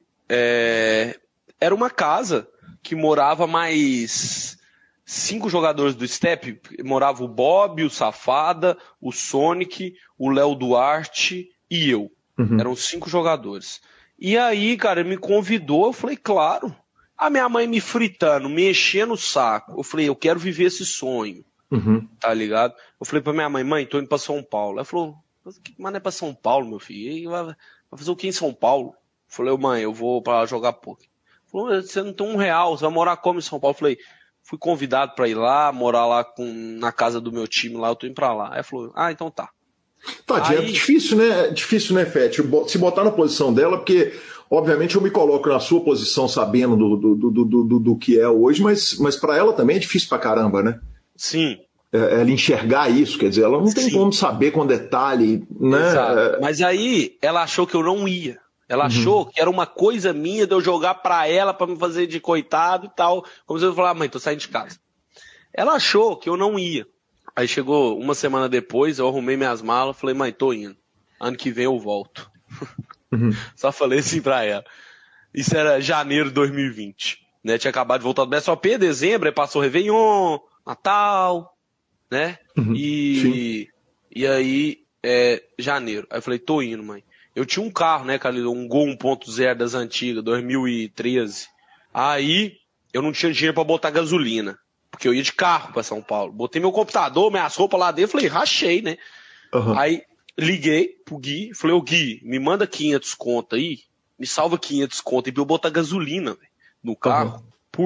é, era uma casa que morava mais cinco jogadores do Step. Morava o Bob, o Safada, o Sonic, o Léo Duarte e eu. Uhum. Eram cinco jogadores. E aí, cara, ele me convidou, eu falei, claro. A minha mãe me fritando, me enchendo o saco. Eu falei, eu quero viver esse sonho. Uhum. Tá ligado? Eu falei pra minha mãe, mãe, tô indo pra São Paulo. Ela falou, mas não é pra São Paulo, meu filho. Vai, vai fazer o que em São Paulo? Eu falei, mãe, eu vou pra jogar poker. Ela falou, você não tem um real, você vai morar como em São Paulo? Eu falei, fui convidado pra ir lá, morar lá com, na casa do meu time lá, eu tô indo pra lá. Aí ela falou, ah, então tá. Tadinha, Aí... é difícil, né? É difícil, né, Fete? Se botar na posição dela, porque, obviamente, eu me coloco na sua posição sabendo do, do, do, do, do, do que é hoje, mas, mas para ela também é difícil pra caramba, né? Sim. É, ela enxergar isso, quer dizer, ela não tem Sim. como saber com detalhe, né? Exato. Mas aí ela achou que eu não ia. Ela achou uhum. que era uma coisa minha de eu jogar pra ela, pra me fazer de coitado e tal. Como se eu falar, mãe, tô saindo de casa. Ela achou que eu não ia. Aí chegou uma semana depois, eu arrumei minhas malas, falei, mãe, tô indo. Ano que vem eu volto. Uhum. Só falei assim pra ela. Isso era janeiro de dois mil e vinte. Né? Tinha acabado de voltar do B S O P, dezembro, aí passou o Réveillon, Natal, né? Uhum. E, e aí, é, janeiro. Aí eu falei, tô indo, mãe. Eu tinha um carro, né, cara, um Gol um ponto zero das antigas, dois mil e treze. Aí, eu não tinha dinheiro pra botar gasolina. Porque eu ia de carro pra São Paulo. Botei meu computador, minhas roupas lá dentro, falei, rachei, né? Uhum. Aí, liguei pro Gui, falei, ô Gui, me manda quinhentos conto aí, me salva quinhentos conto aí pra eu botar gasolina, véio, no carro. Uhum.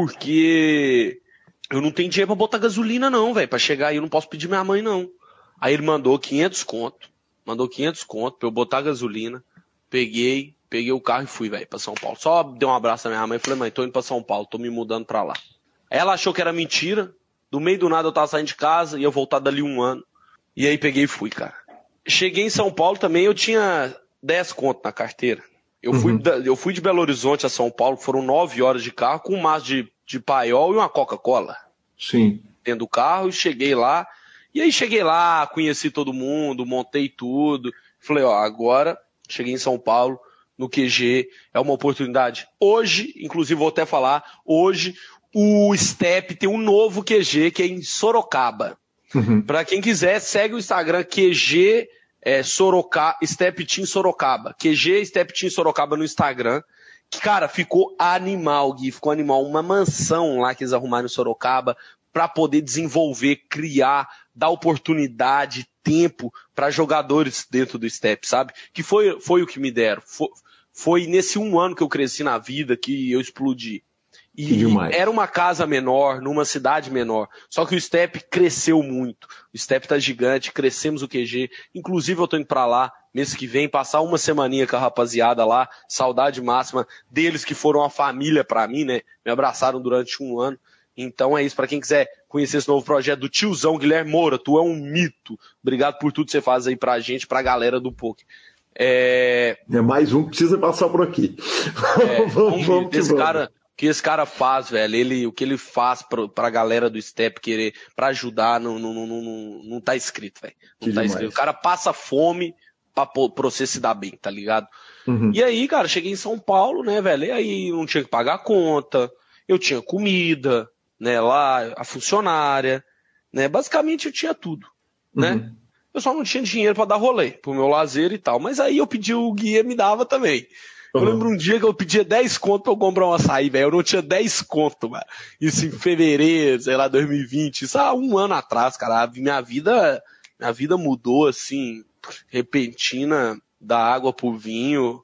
Porque eu não tenho dinheiro pra botar gasolina não, velho. Pra chegar aí eu não posso pedir minha mãe, não. Aí ele mandou quinhentos conto. Mandou quinhentos conto pra eu botar gasolina. Peguei, peguei o carro e fui, velho, pra São Paulo. Só dei um abraço na minha mãe e falei, mãe, tô indo pra São Paulo, tô me mudando pra lá. Ela achou que era mentira. Do meio do nada eu tava saindo de casa, ia voltar dali um ano. E aí peguei e fui, cara. Cheguei em São Paulo também, eu tinha dez conto na carteira. Eu, uhum. fui, eu fui de Belo Horizonte a São Paulo, foram nove horas de carro, com um maço de, de paiol e uma Coca-Cola. Sim. Dentro do carro, e cheguei lá. E aí cheguei lá, conheci todo mundo, montei tudo. Falei, ó, agora cheguei em São Paulo, no Q G, é uma oportunidade. Hoje, inclusive vou até falar, hoje o Step tem um novo Q G que é em Sorocaba. Uhum. Pra quem quiser, segue o Instagram Q G é, Sorocaba, Step Team Sorocaba. Q G Step Team Sorocaba no Instagram. Que, cara, ficou animal, Gui, ficou animal. Uma mansão lá que eles arrumaram em Sorocaba pra poder desenvolver, criar, dar oportunidade, tempo para jogadores dentro do Step, sabe? Que foi, foi o que me deram. Foi, foi nesse um ano que eu cresci na vida que eu explodi. E era uma casa menor, numa cidade menor. Só que o Step cresceu muito. O Step tá gigante, crescemos o Q G. Inclusive eu tô indo pra lá, mês que vem, passar uma semaninha com a rapaziada lá. Saudade máxima deles que foram uma família pra mim, né? Me abraçaram durante um ano. Então é isso, pra quem quiser conhecer esse novo projeto do tiozão Guilherme Moura, tu é um mito. Obrigado por tudo que você faz aí pra gente, pra galera do poker. É, é mais um que precisa passar por aqui. É, vamos, vamos, esse vamos. cara... O que esse cara faz, velho, ele, o que ele faz pra, pra galera do Step querer, pra ajudar, não, não, não, não, não tá escrito, velho. Não tá escrito. O cara passa fome pra, pra você se dar bem, tá ligado? Uhum. E aí, cara, cheguei em São Paulo, né, velho, e aí não tinha que pagar a conta, eu tinha comida, né, lá, a funcionária, né, basicamente eu tinha tudo, uhum. né? Eu só não tinha dinheiro pra dar rolê, pro meu lazer e tal, mas aí eu pedi o guia, me dava também. Eu uhum. lembro um dia que eu pedia dez conto pra eu comprar um açaí, velho. Eu não tinha dez conto, mano. Isso em fevereiro, sei lá, dois mil e vinte. Isso há um ano atrás, cara. Minha vida, minha vida mudou, assim, repentina, da água pro vinho.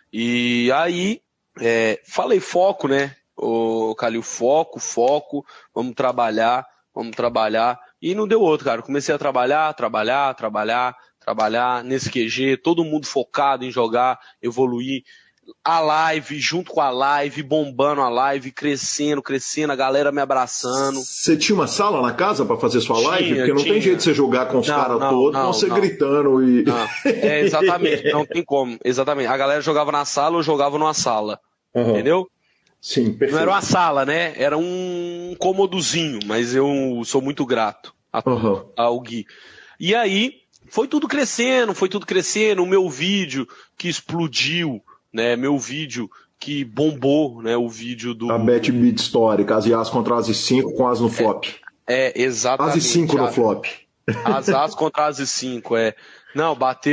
E aí, é, falei foco, né? Ô, Calil, foco, foco. Vamos trabalhar, vamos trabalhar. E não deu outro, cara. Comecei a trabalhar, trabalhar, trabalhar, trabalhar nesse Q G. Todo mundo focado em jogar, evoluir. A live, junto com a live, bombando a live, crescendo, crescendo, a galera me abraçando. Você tinha uma sala na casa pra fazer sua tinha, live? Porque não tinha. Tem jeito de você jogar com os caras todos, não, você não. gritando e... Não. É, exatamente, não tem como, exatamente. A galera jogava na sala ou jogava numa sala, uhum. entendeu? Sim, perfeito. Não era uma sala, né? Era um cômodozinho, mas eu sou muito grato a, uhum. ao Gui. E aí, foi tudo crescendo, foi tudo crescendo. O meu vídeo que explodiu, né? Meu vídeo que bombou, né? O vídeo do... A Bet Beat Story, As As contra As cinco com As no flop. É, é exatamente. As cinco no flop. As As contra As cinco, é. Não,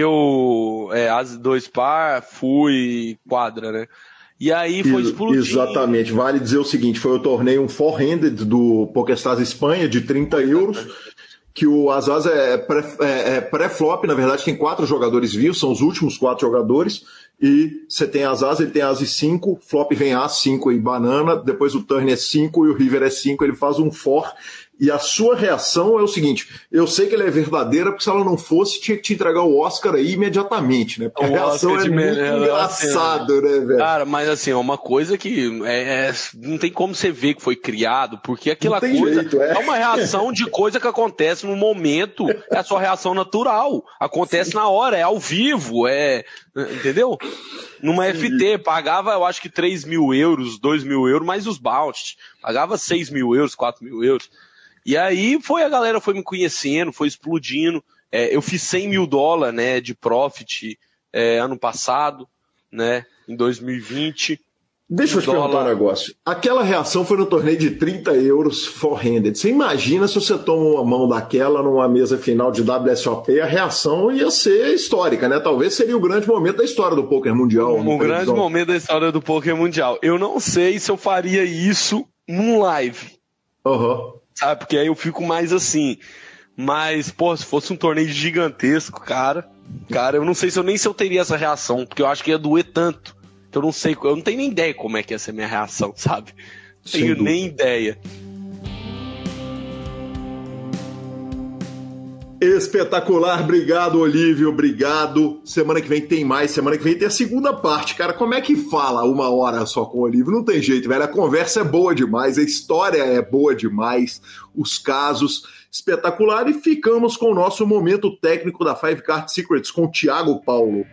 bateu é, As dois par, fui quadra, né? E aí foi explodindo. Exatamente. Vale dizer o seguinte, foi o torneio um four-handed do PokerStars Espanha, de trinta euros, que o As As é pré-flop, é, é na verdade tem quatro jogadores vivos, são os últimos quatro jogadores, e você tem As As, ele tem As cinco, flop vem As cinco e banana, depois o turn é cinco e o river é cinco, ele faz um for. E a sua reação é o seguinte, eu sei que ela é verdadeira, porque se ela não fosse, tinha que te entregar o Oscar aí imediatamente, né? Porque o a reação Oscar é muito engraçado, né, velho? Cara, mas assim, é uma coisa que é, é, não tem como você ver que foi criado, porque aquela coisa jeito, é. é uma reação de coisa que acontece no momento, é a sua reação natural, acontece Sim. na hora, é ao vivo, é, entendeu? Numa Sim. F T, pagava eu acho que três mil euros, dois mil euros, mais os bounty, pagava seis mil euros, quatro mil euros. E aí foi a galera foi me conhecendo, foi explodindo. É, eu fiz cem mil dólares, né, de profit é, ano passado, né, em dois mil e vinte. Deixa eu te dólar... perguntar um negócio. Aquela reação foi no torneio de trinta euros four-handed. Você imagina se você toma uma mão daquela numa mesa final de W S O P, a reação ia ser histórica, né? Talvez seria o grande momento da história do poker mundial. Um grande momento da história do poker mundial. Eu não sei se eu faria isso num live. Aham. Uhum. Sabe, porque aí eu fico mais assim. Mas, pô, se fosse um torneio gigantesco, cara, cara, eu não sei se eu nem se eu teria essa reação, porque eu acho que ia doer tanto. Que eu não sei, eu não tenho nem ideia como é que ia ser a minha reação, sabe? Não tenho nem ideia. Espetacular, obrigado, Olívio, obrigado. Semana que vem tem mais, semana que vem tem a segunda parte, cara. Como é que fala uma hora só com o Olívio? Não tem jeito, velho. A conversa é boa demais, a história é boa demais, os casos espetacular. E ficamos com o nosso momento técnico da Five Card Secrets com o Thiago Paulo.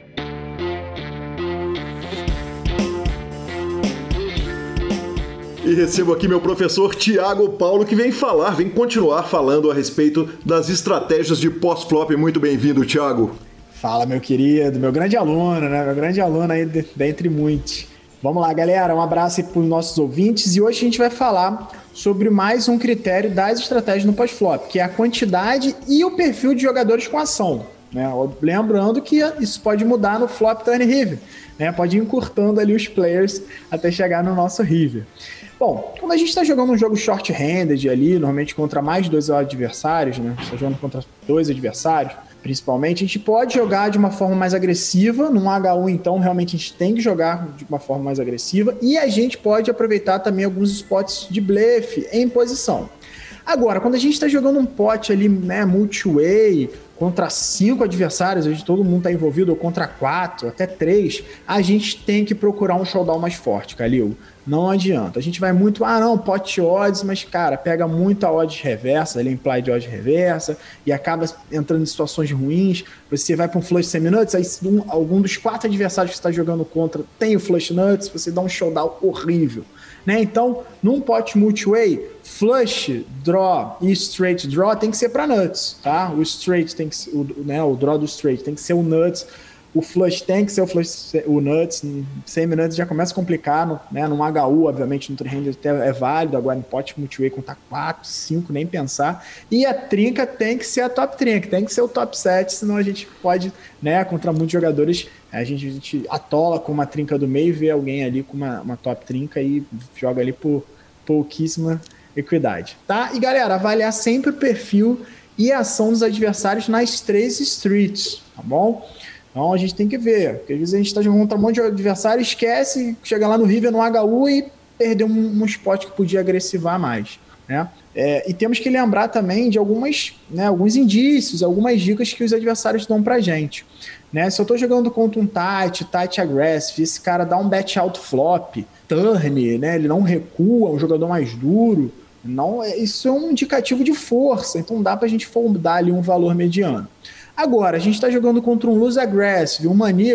E recebo aqui meu professor Thiago Paulo, que vem falar, vem continuar falando a respeito das estratégias de pós-flop. Muito bem-vindo, Thiago. Fala, meu querido, meu grande aluno, né? Meu grande aluno aí dentre muitos. Vamos lá, galera, um abraço aí para os nossos ouvintes. E hoje a gente vai falar sobre mais um critério das estratégias no pós-flop, que é a quantidade e o perfil de jogadores com ação. Né? Lembrando que isso pode mudar no flop turn river, né? Pode ir encurtando ali os players até chegar no nosso river. Bom, quando a gente está jogando um jogo short-handed ali, normalmente contra mais de dois adversários, né? Está jogando contra dois adversários, principalmente, a gente pode jogar de uma forma mais agressiva. Num H um, então, realmente a gente tem que jogar de uma forma mais agressiva. E a gente pode aproveitar também alguns spots de blefe em posição. Agora, quando a gente está jogando um pot ali, né, multi-way, contra cinco adversários, onde todo mundo está envolvido, ou contra quatro, até três, a gente tem que procurar um showdown mais forte, Calil. Não adianta. A gente vai muito, ah não, pot odds, mas cara, pega muito a odds reversa, ele implied odds reversa, e acaba entrando em situações ruins. Você vai para um flush semi-nuts, aí um, algum dos quatro adversários que você está jogando contra tem o flush nuts, você dá um showdown horrível. Né? Então, num pot multi-way, flush, draw e straight draw tem que ser para nuts, tá? O straight tem que ser, o, né, o draw do straight tem que ser o nuts, o flush tem que ser o flush, o nuts, semi-nuts já começa a complicar, no, né? Num H U, obviamente, no three-handed até é válido, agora no pot multi-way contar quatro, cinco, nem pensar, e a trinca tem que ser a top trinca, tem que ser o top sete, senão a gente pode, né, contra muitos jogadores, a gente, a gente atola com uma trinca do meio, vê alguém ali com uma, uma top trinca e joga ali por pouquíssima equidade, tá? E galera, avaliar sempre o perfil e a ação dos adversários nas três streets, tá bom? Então a gente tem que ver, porque às vezes a gente tá jogando contra um monte de adversário, esquece, chega lá no river, no H U e perdeu um, um spot que podia agressivar mais, né? É, e temos que lembrar também de algumas, né, alguns indícios, algumas dicas que os adversários dão pra gente. Né? Se eu tô jogando contra um tight, tight aggressive, esse cara dá um bet out flop, turn, né? Ele não recua, é um jogador mais duro, não, isso é um indicativo de força, então dá pra gente dar ali um valor mediano. Agora, a gente está jogando contra um loose aggressive, um maníaculo,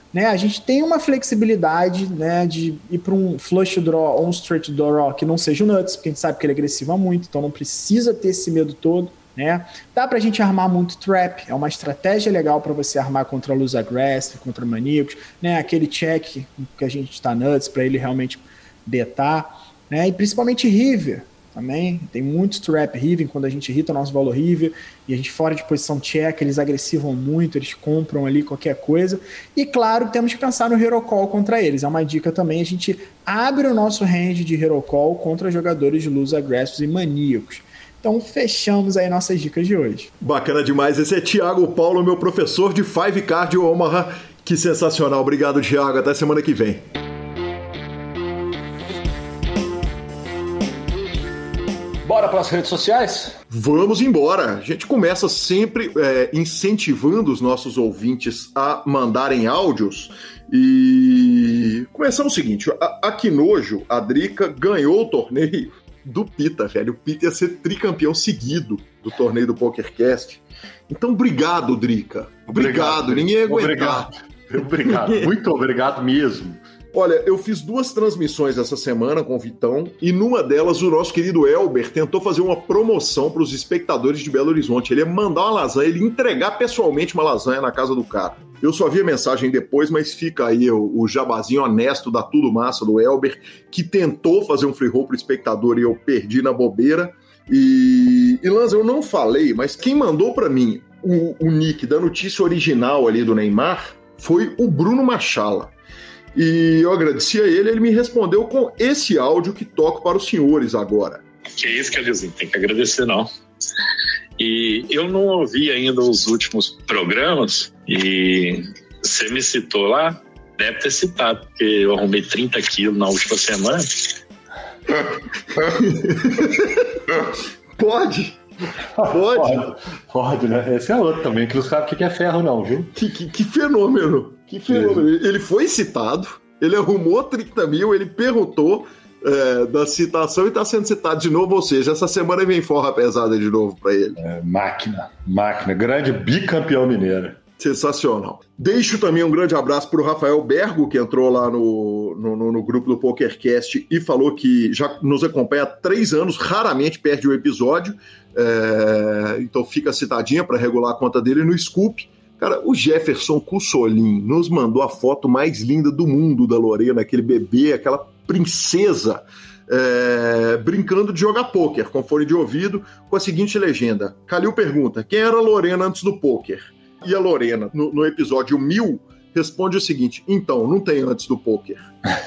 né, a gente tem uma flexibilidade, né, de ir para um flush draw ou um straight draw que não seja o nuts, porque a gente sabe que ele agressiva muito, então não precisa ter esse medo todo. Né? Dá pra gente armar muito trap, é uma estratégia legal para você armar contra luz aggressive, contra maníacos, né? Aquele check que a gente está nuts para ele realmente betar, né? E principalmente river também, tem muito trap river quando a gente irrita o nosso valor river e a gente fora de posição check, eles agressivam muito, eles compram ali qualquer coisa, e claro, temos que pensar no hero call contra eles, é uma dica também, a gente abre o nosso range de hero call contra jogadores de luz aggressivos e maníacos. Então, fechamos aí nossas dicas de hoje. Bacana demais. Esse é Thiago Paulo, meu professor de Five Card Omaha. Que sensacional. Obrigado, Thiago. Até semana que vem. Bora para as redes sociais? Vamos embora. A gente começa sempre é, incentivando os nossos ouvintes a mandarem áudios. E começamos o seguinte. A, a Quinojo, a Drica, ganhou o torneio do Pita, velho. O Pita ia ser tricampeão seguido do torneio do PokerCast. Então, obrigado, Drica. Obrigado, obrigado. Ninguém ia aguentar. Obrigado. Obrigado. Muito obrigado mesmo. Olha, eu fiz duas transmissões essa semana com o Vitão e numa delas o nosso querido Elber tentou fazer uma promoção para os espectadores de Belo Horizonte. Ele ia mandar uma lasanha, ele ia entregar pessoalmente uma lasanha na casa do cara. Eu só vi a mensagem depois, mas fica aí o, o jabazinho honesto da Tudo Massa do Elber, que tentou fazer um free roll pro espectador e eu perdi na bobeira. E, e Lanza, eu não falei, mas quem mandou para mim o, o nick da notícia original ali do Neymar foi o Bruno Machala. E eu agradeci a ele, ele me respondeu com esse áudio que toco para os senhores agora. Que isso, Calilzinho, tem que agradecer não. E eu não ouvi ainda os últimos programas e você me citou lá, deve ter citado, porque eu arrumei trinta quilos na última semana. Pode? Pode? Pode, pode, né? Esse é outro também, que não sabe o que é ferro não, viu? Que, que, que fenômeno, que fenômeno. É. Ele foi citado, ele arrumou trinta mil, ele perguntou é, da citação e está sendo citado de novo, ou seja, essa semana vem forra pesada de novo para ele. É, máquina, máquina, grande bicampeão mineiro. Sensacional. Deixo também um grande abraço para o Rafael Bergo, que entrou lá no, no, no grupo do PokerCast e falou que já nos acompanha há três anos, raramente perde um episódio, é, então fica citadinha para regular a conta dele no Scoop. Cara, o Jefferson Cussolin nos mandou a foto mais linda do mundo da Lorena, aquele bebê, aquela princesa, é, brincando de jogar pôquer, com fone de ouvido, com a seguinte legenda. Calil pergunta, quem era a Lorena antes do pôquer? E a Lorena, no, no episódio mil, responde o seguinte, então, não tem antes do pôquer.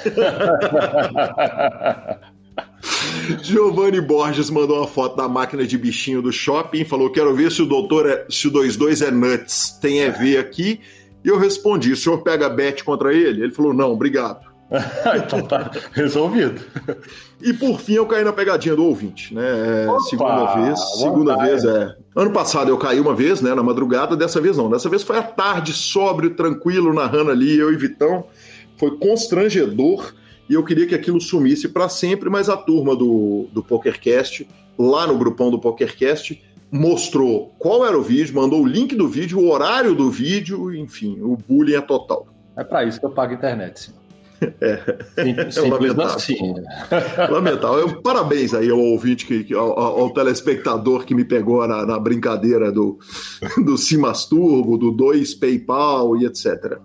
Giovanni Borges mandou uma foto da máquina de bichinho do shopping, falou, quero ver se o doutor é, se o dois dois é nuts, tem E V aqui, e eu respondi, o senhor pega bet contra ele? Ele falou, não, obrigado. Então tá resolvido. E por fim eu caí na pegadinha do ouvinte, né? Opa, segunda vez, segunda vontade. vez é. Ano passado eu caí uma vez, né? Na madrugada, dessa vez não. Dessa vez foi à tarde, sóbrio, tranquilo, narrando ali, eu e Vitão. Foi constrangedor e eu queria que aquilo sumisse para sempre, mas a turma do, do PokerCast, lá no grupão do PokerCast, mostrou qual era o vídeo, mandou o link do vídeo, o horário do vídeo, enfim, o bullying é total. É para isso que eu pago a internet, sim. É, é lamentável. Assim. Lamentável. Eu, parabéns aí ao ouvinte, que, que, ao, ao telespectador que me pegou na, na brincadeira do, do Cimasturbo, do dois PayPal e etcétera.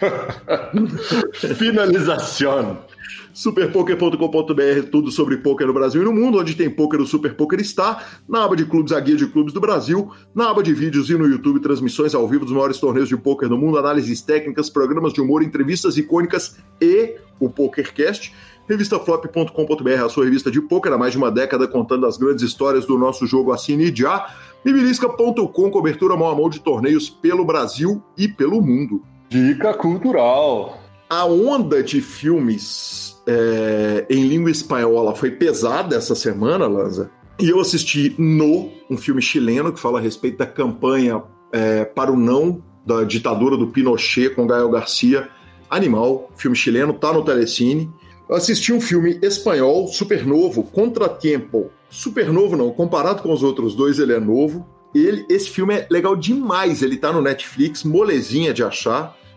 Finalização. superpoker ponto com ponto b r, tudo sobre poker no Brasil e no mundo, onde tem poker, o Super Poker está, na aba de clubes, a guia de clubes do Brasil, na aba de vídeos e no YouTube, transmissões ao vivo dos maiores torneios de poker do mundo, análises técnicas, programas de humor, entrevistas icônicas e o PokerCast. revista flop ponto com ponto b r, a sua revista de poker há mais de uma década, contando as grandes histórias do nosso jogo. Assine já. Mibilisca ponto com, cobertura mão a mão de torneios pelo Brasil e pelo mundo. Dica cultural. A onda de filmes é, em língua espanhola foi pesada essa semana, Lanza, e eu assisti No, um filme chileno que fala a respeito da campanha é, para o não da ditadura do Pinochet com Gael Garcia. Animal, filme chileno, tá no Telecine. Eu assisti um filme espanhol, super novo, Contratempo. Super novo não, comparado com os outros dois, ele é novo. Ele, esse filme é legal demais, ele tá no Netflix, molezinha de achar.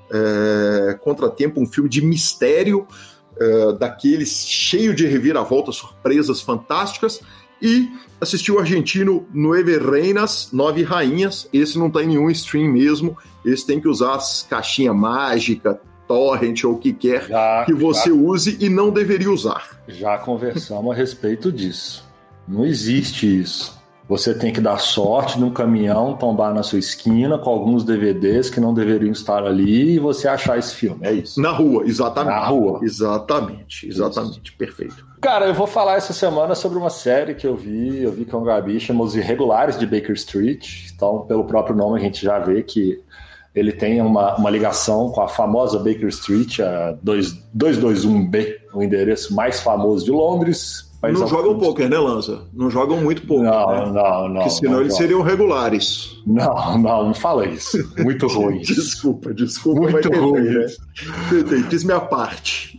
é, Contratempo, um filme de mistério, é, daqueles cheio de reviravoltas, surpresas fantásticas. E assisti o argentino Nueve Reinas, Nove Rainhas. Esse não tá em nenhum stream mesmo. Esse tem que usar as caixinhas mágicas, torrent ou o que quer já, que você já, use e não deveria usar. Já conversamos a respeito disso. Não existe isso. Você tem que dar sorte num caminhão tombar na sua esquina com alguns D V Ds que não deveriam estar ali e você achar esse filme. É isso. Na rua, exatamente. Na rua. Exatamente, exatamente. Isso. Perfeito. Cara, eu vou falar essa semana sobre uma série que eu vi, eu vi com o Gabi, chama Os Irregulares de Baker Street. Então, pelo próprio nome, a gente já vê que ele tem uma, uma ligação com a famosa Baker Street, a dois dois um B, o endereço mais famoso de Londres. Mas não jogam poker, né, Lanza? Não jogam muito poker, não, né? Não, não. Porque senão não eles joga. seriam regulares. Não, não, não fala isso. Muito ruim. Desculpa, desculpa. Muito tentei, ruim. Né? Tentei, fiz minha parte.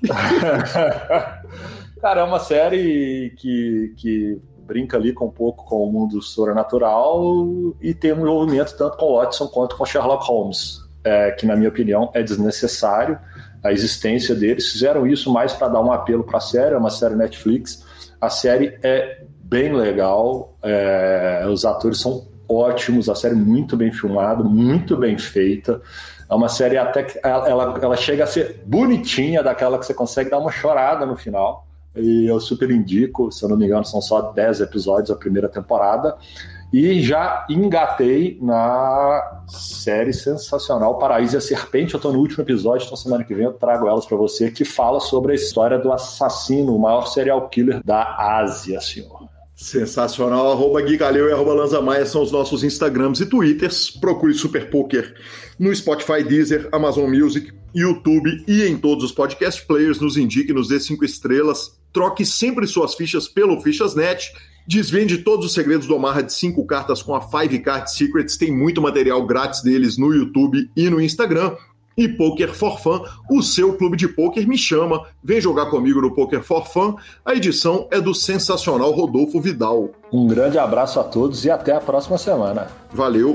Cara, é uma série que, que brinca ali com um pouco com o mundo sobrenatural e tem um envolvimento tanto com Watson quanto com Sherlock Holmes, é, que, na minha opinião, é desnecessário a existência deles. Fizeram isso mais para dar um apelo para a série, é uma série Netflix. A série é bem legal, é, os atores são ótimos, a série é muito bem filmada, muito bem feita. É uma série até que ela, ela, ela chega a ser bonitinha, daquela que você consegue dar uma chorada no final. E eu super indico, se eu não me engano, são só dez episódios a primeira temporada. E já engatei na série sensacional Paraíso e a Serpente. Eu tô no último episódio, então semana que vem eu trago elas pra você, que fala sobre a história do assassino, o maior serial killer da Ásia, senhor. Sensacional. Arroba Gui Galeu e arroba Lanza Maia são os nossos Instagrams e Twitters. Procure Super Poker no Spotify, Deezer, Amazon Music, YouTube e em todos os podcast players. Nos indique, nos dê cinco estrelas. Troque sempre suas fichas pelo Fichasnet. Desvende todos os segredos do Omaha de cinco cartas com a Five Card Secrets. Tem muito material grátis deles no YouTube e no Instagram. E Poker for Fun, o seu clube de poker, me chama. Vem jogar comigo no Poker for Fun. A edição é do sensacional Rodolfo Vidal. Um grande abraço a todos e até a próxima semana. Valeu.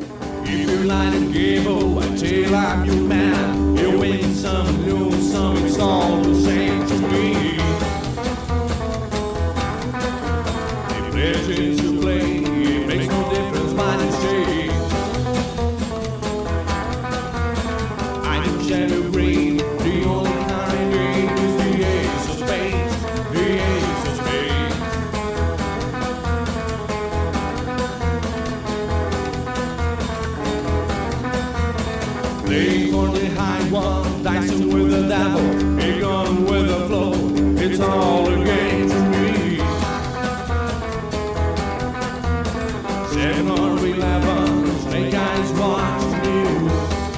Legends to play, it makes no difference mine and stay. I know shadow green, the only kind of game is the ace of spades, the ace of spades. Playing for the high one, dicing with the devil, a gun with the flow, it's all a game to me. Seven or eleven, snake eyes watch the news.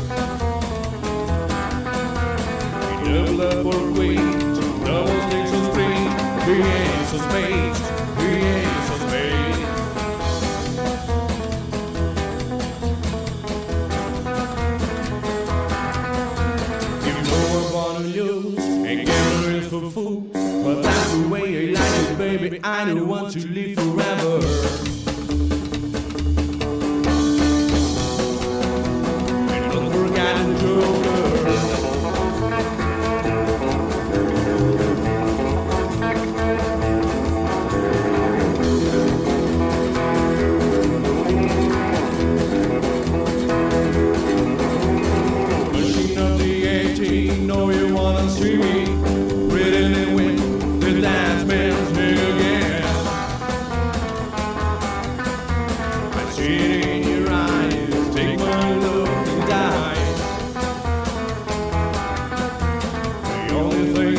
We double up or queen, double sticks of three, the ace of spades, the ace of spades. You know we're born to lose, and gambler is for fools, but that's the way I like it, baby. I don't want to live forever. Only thing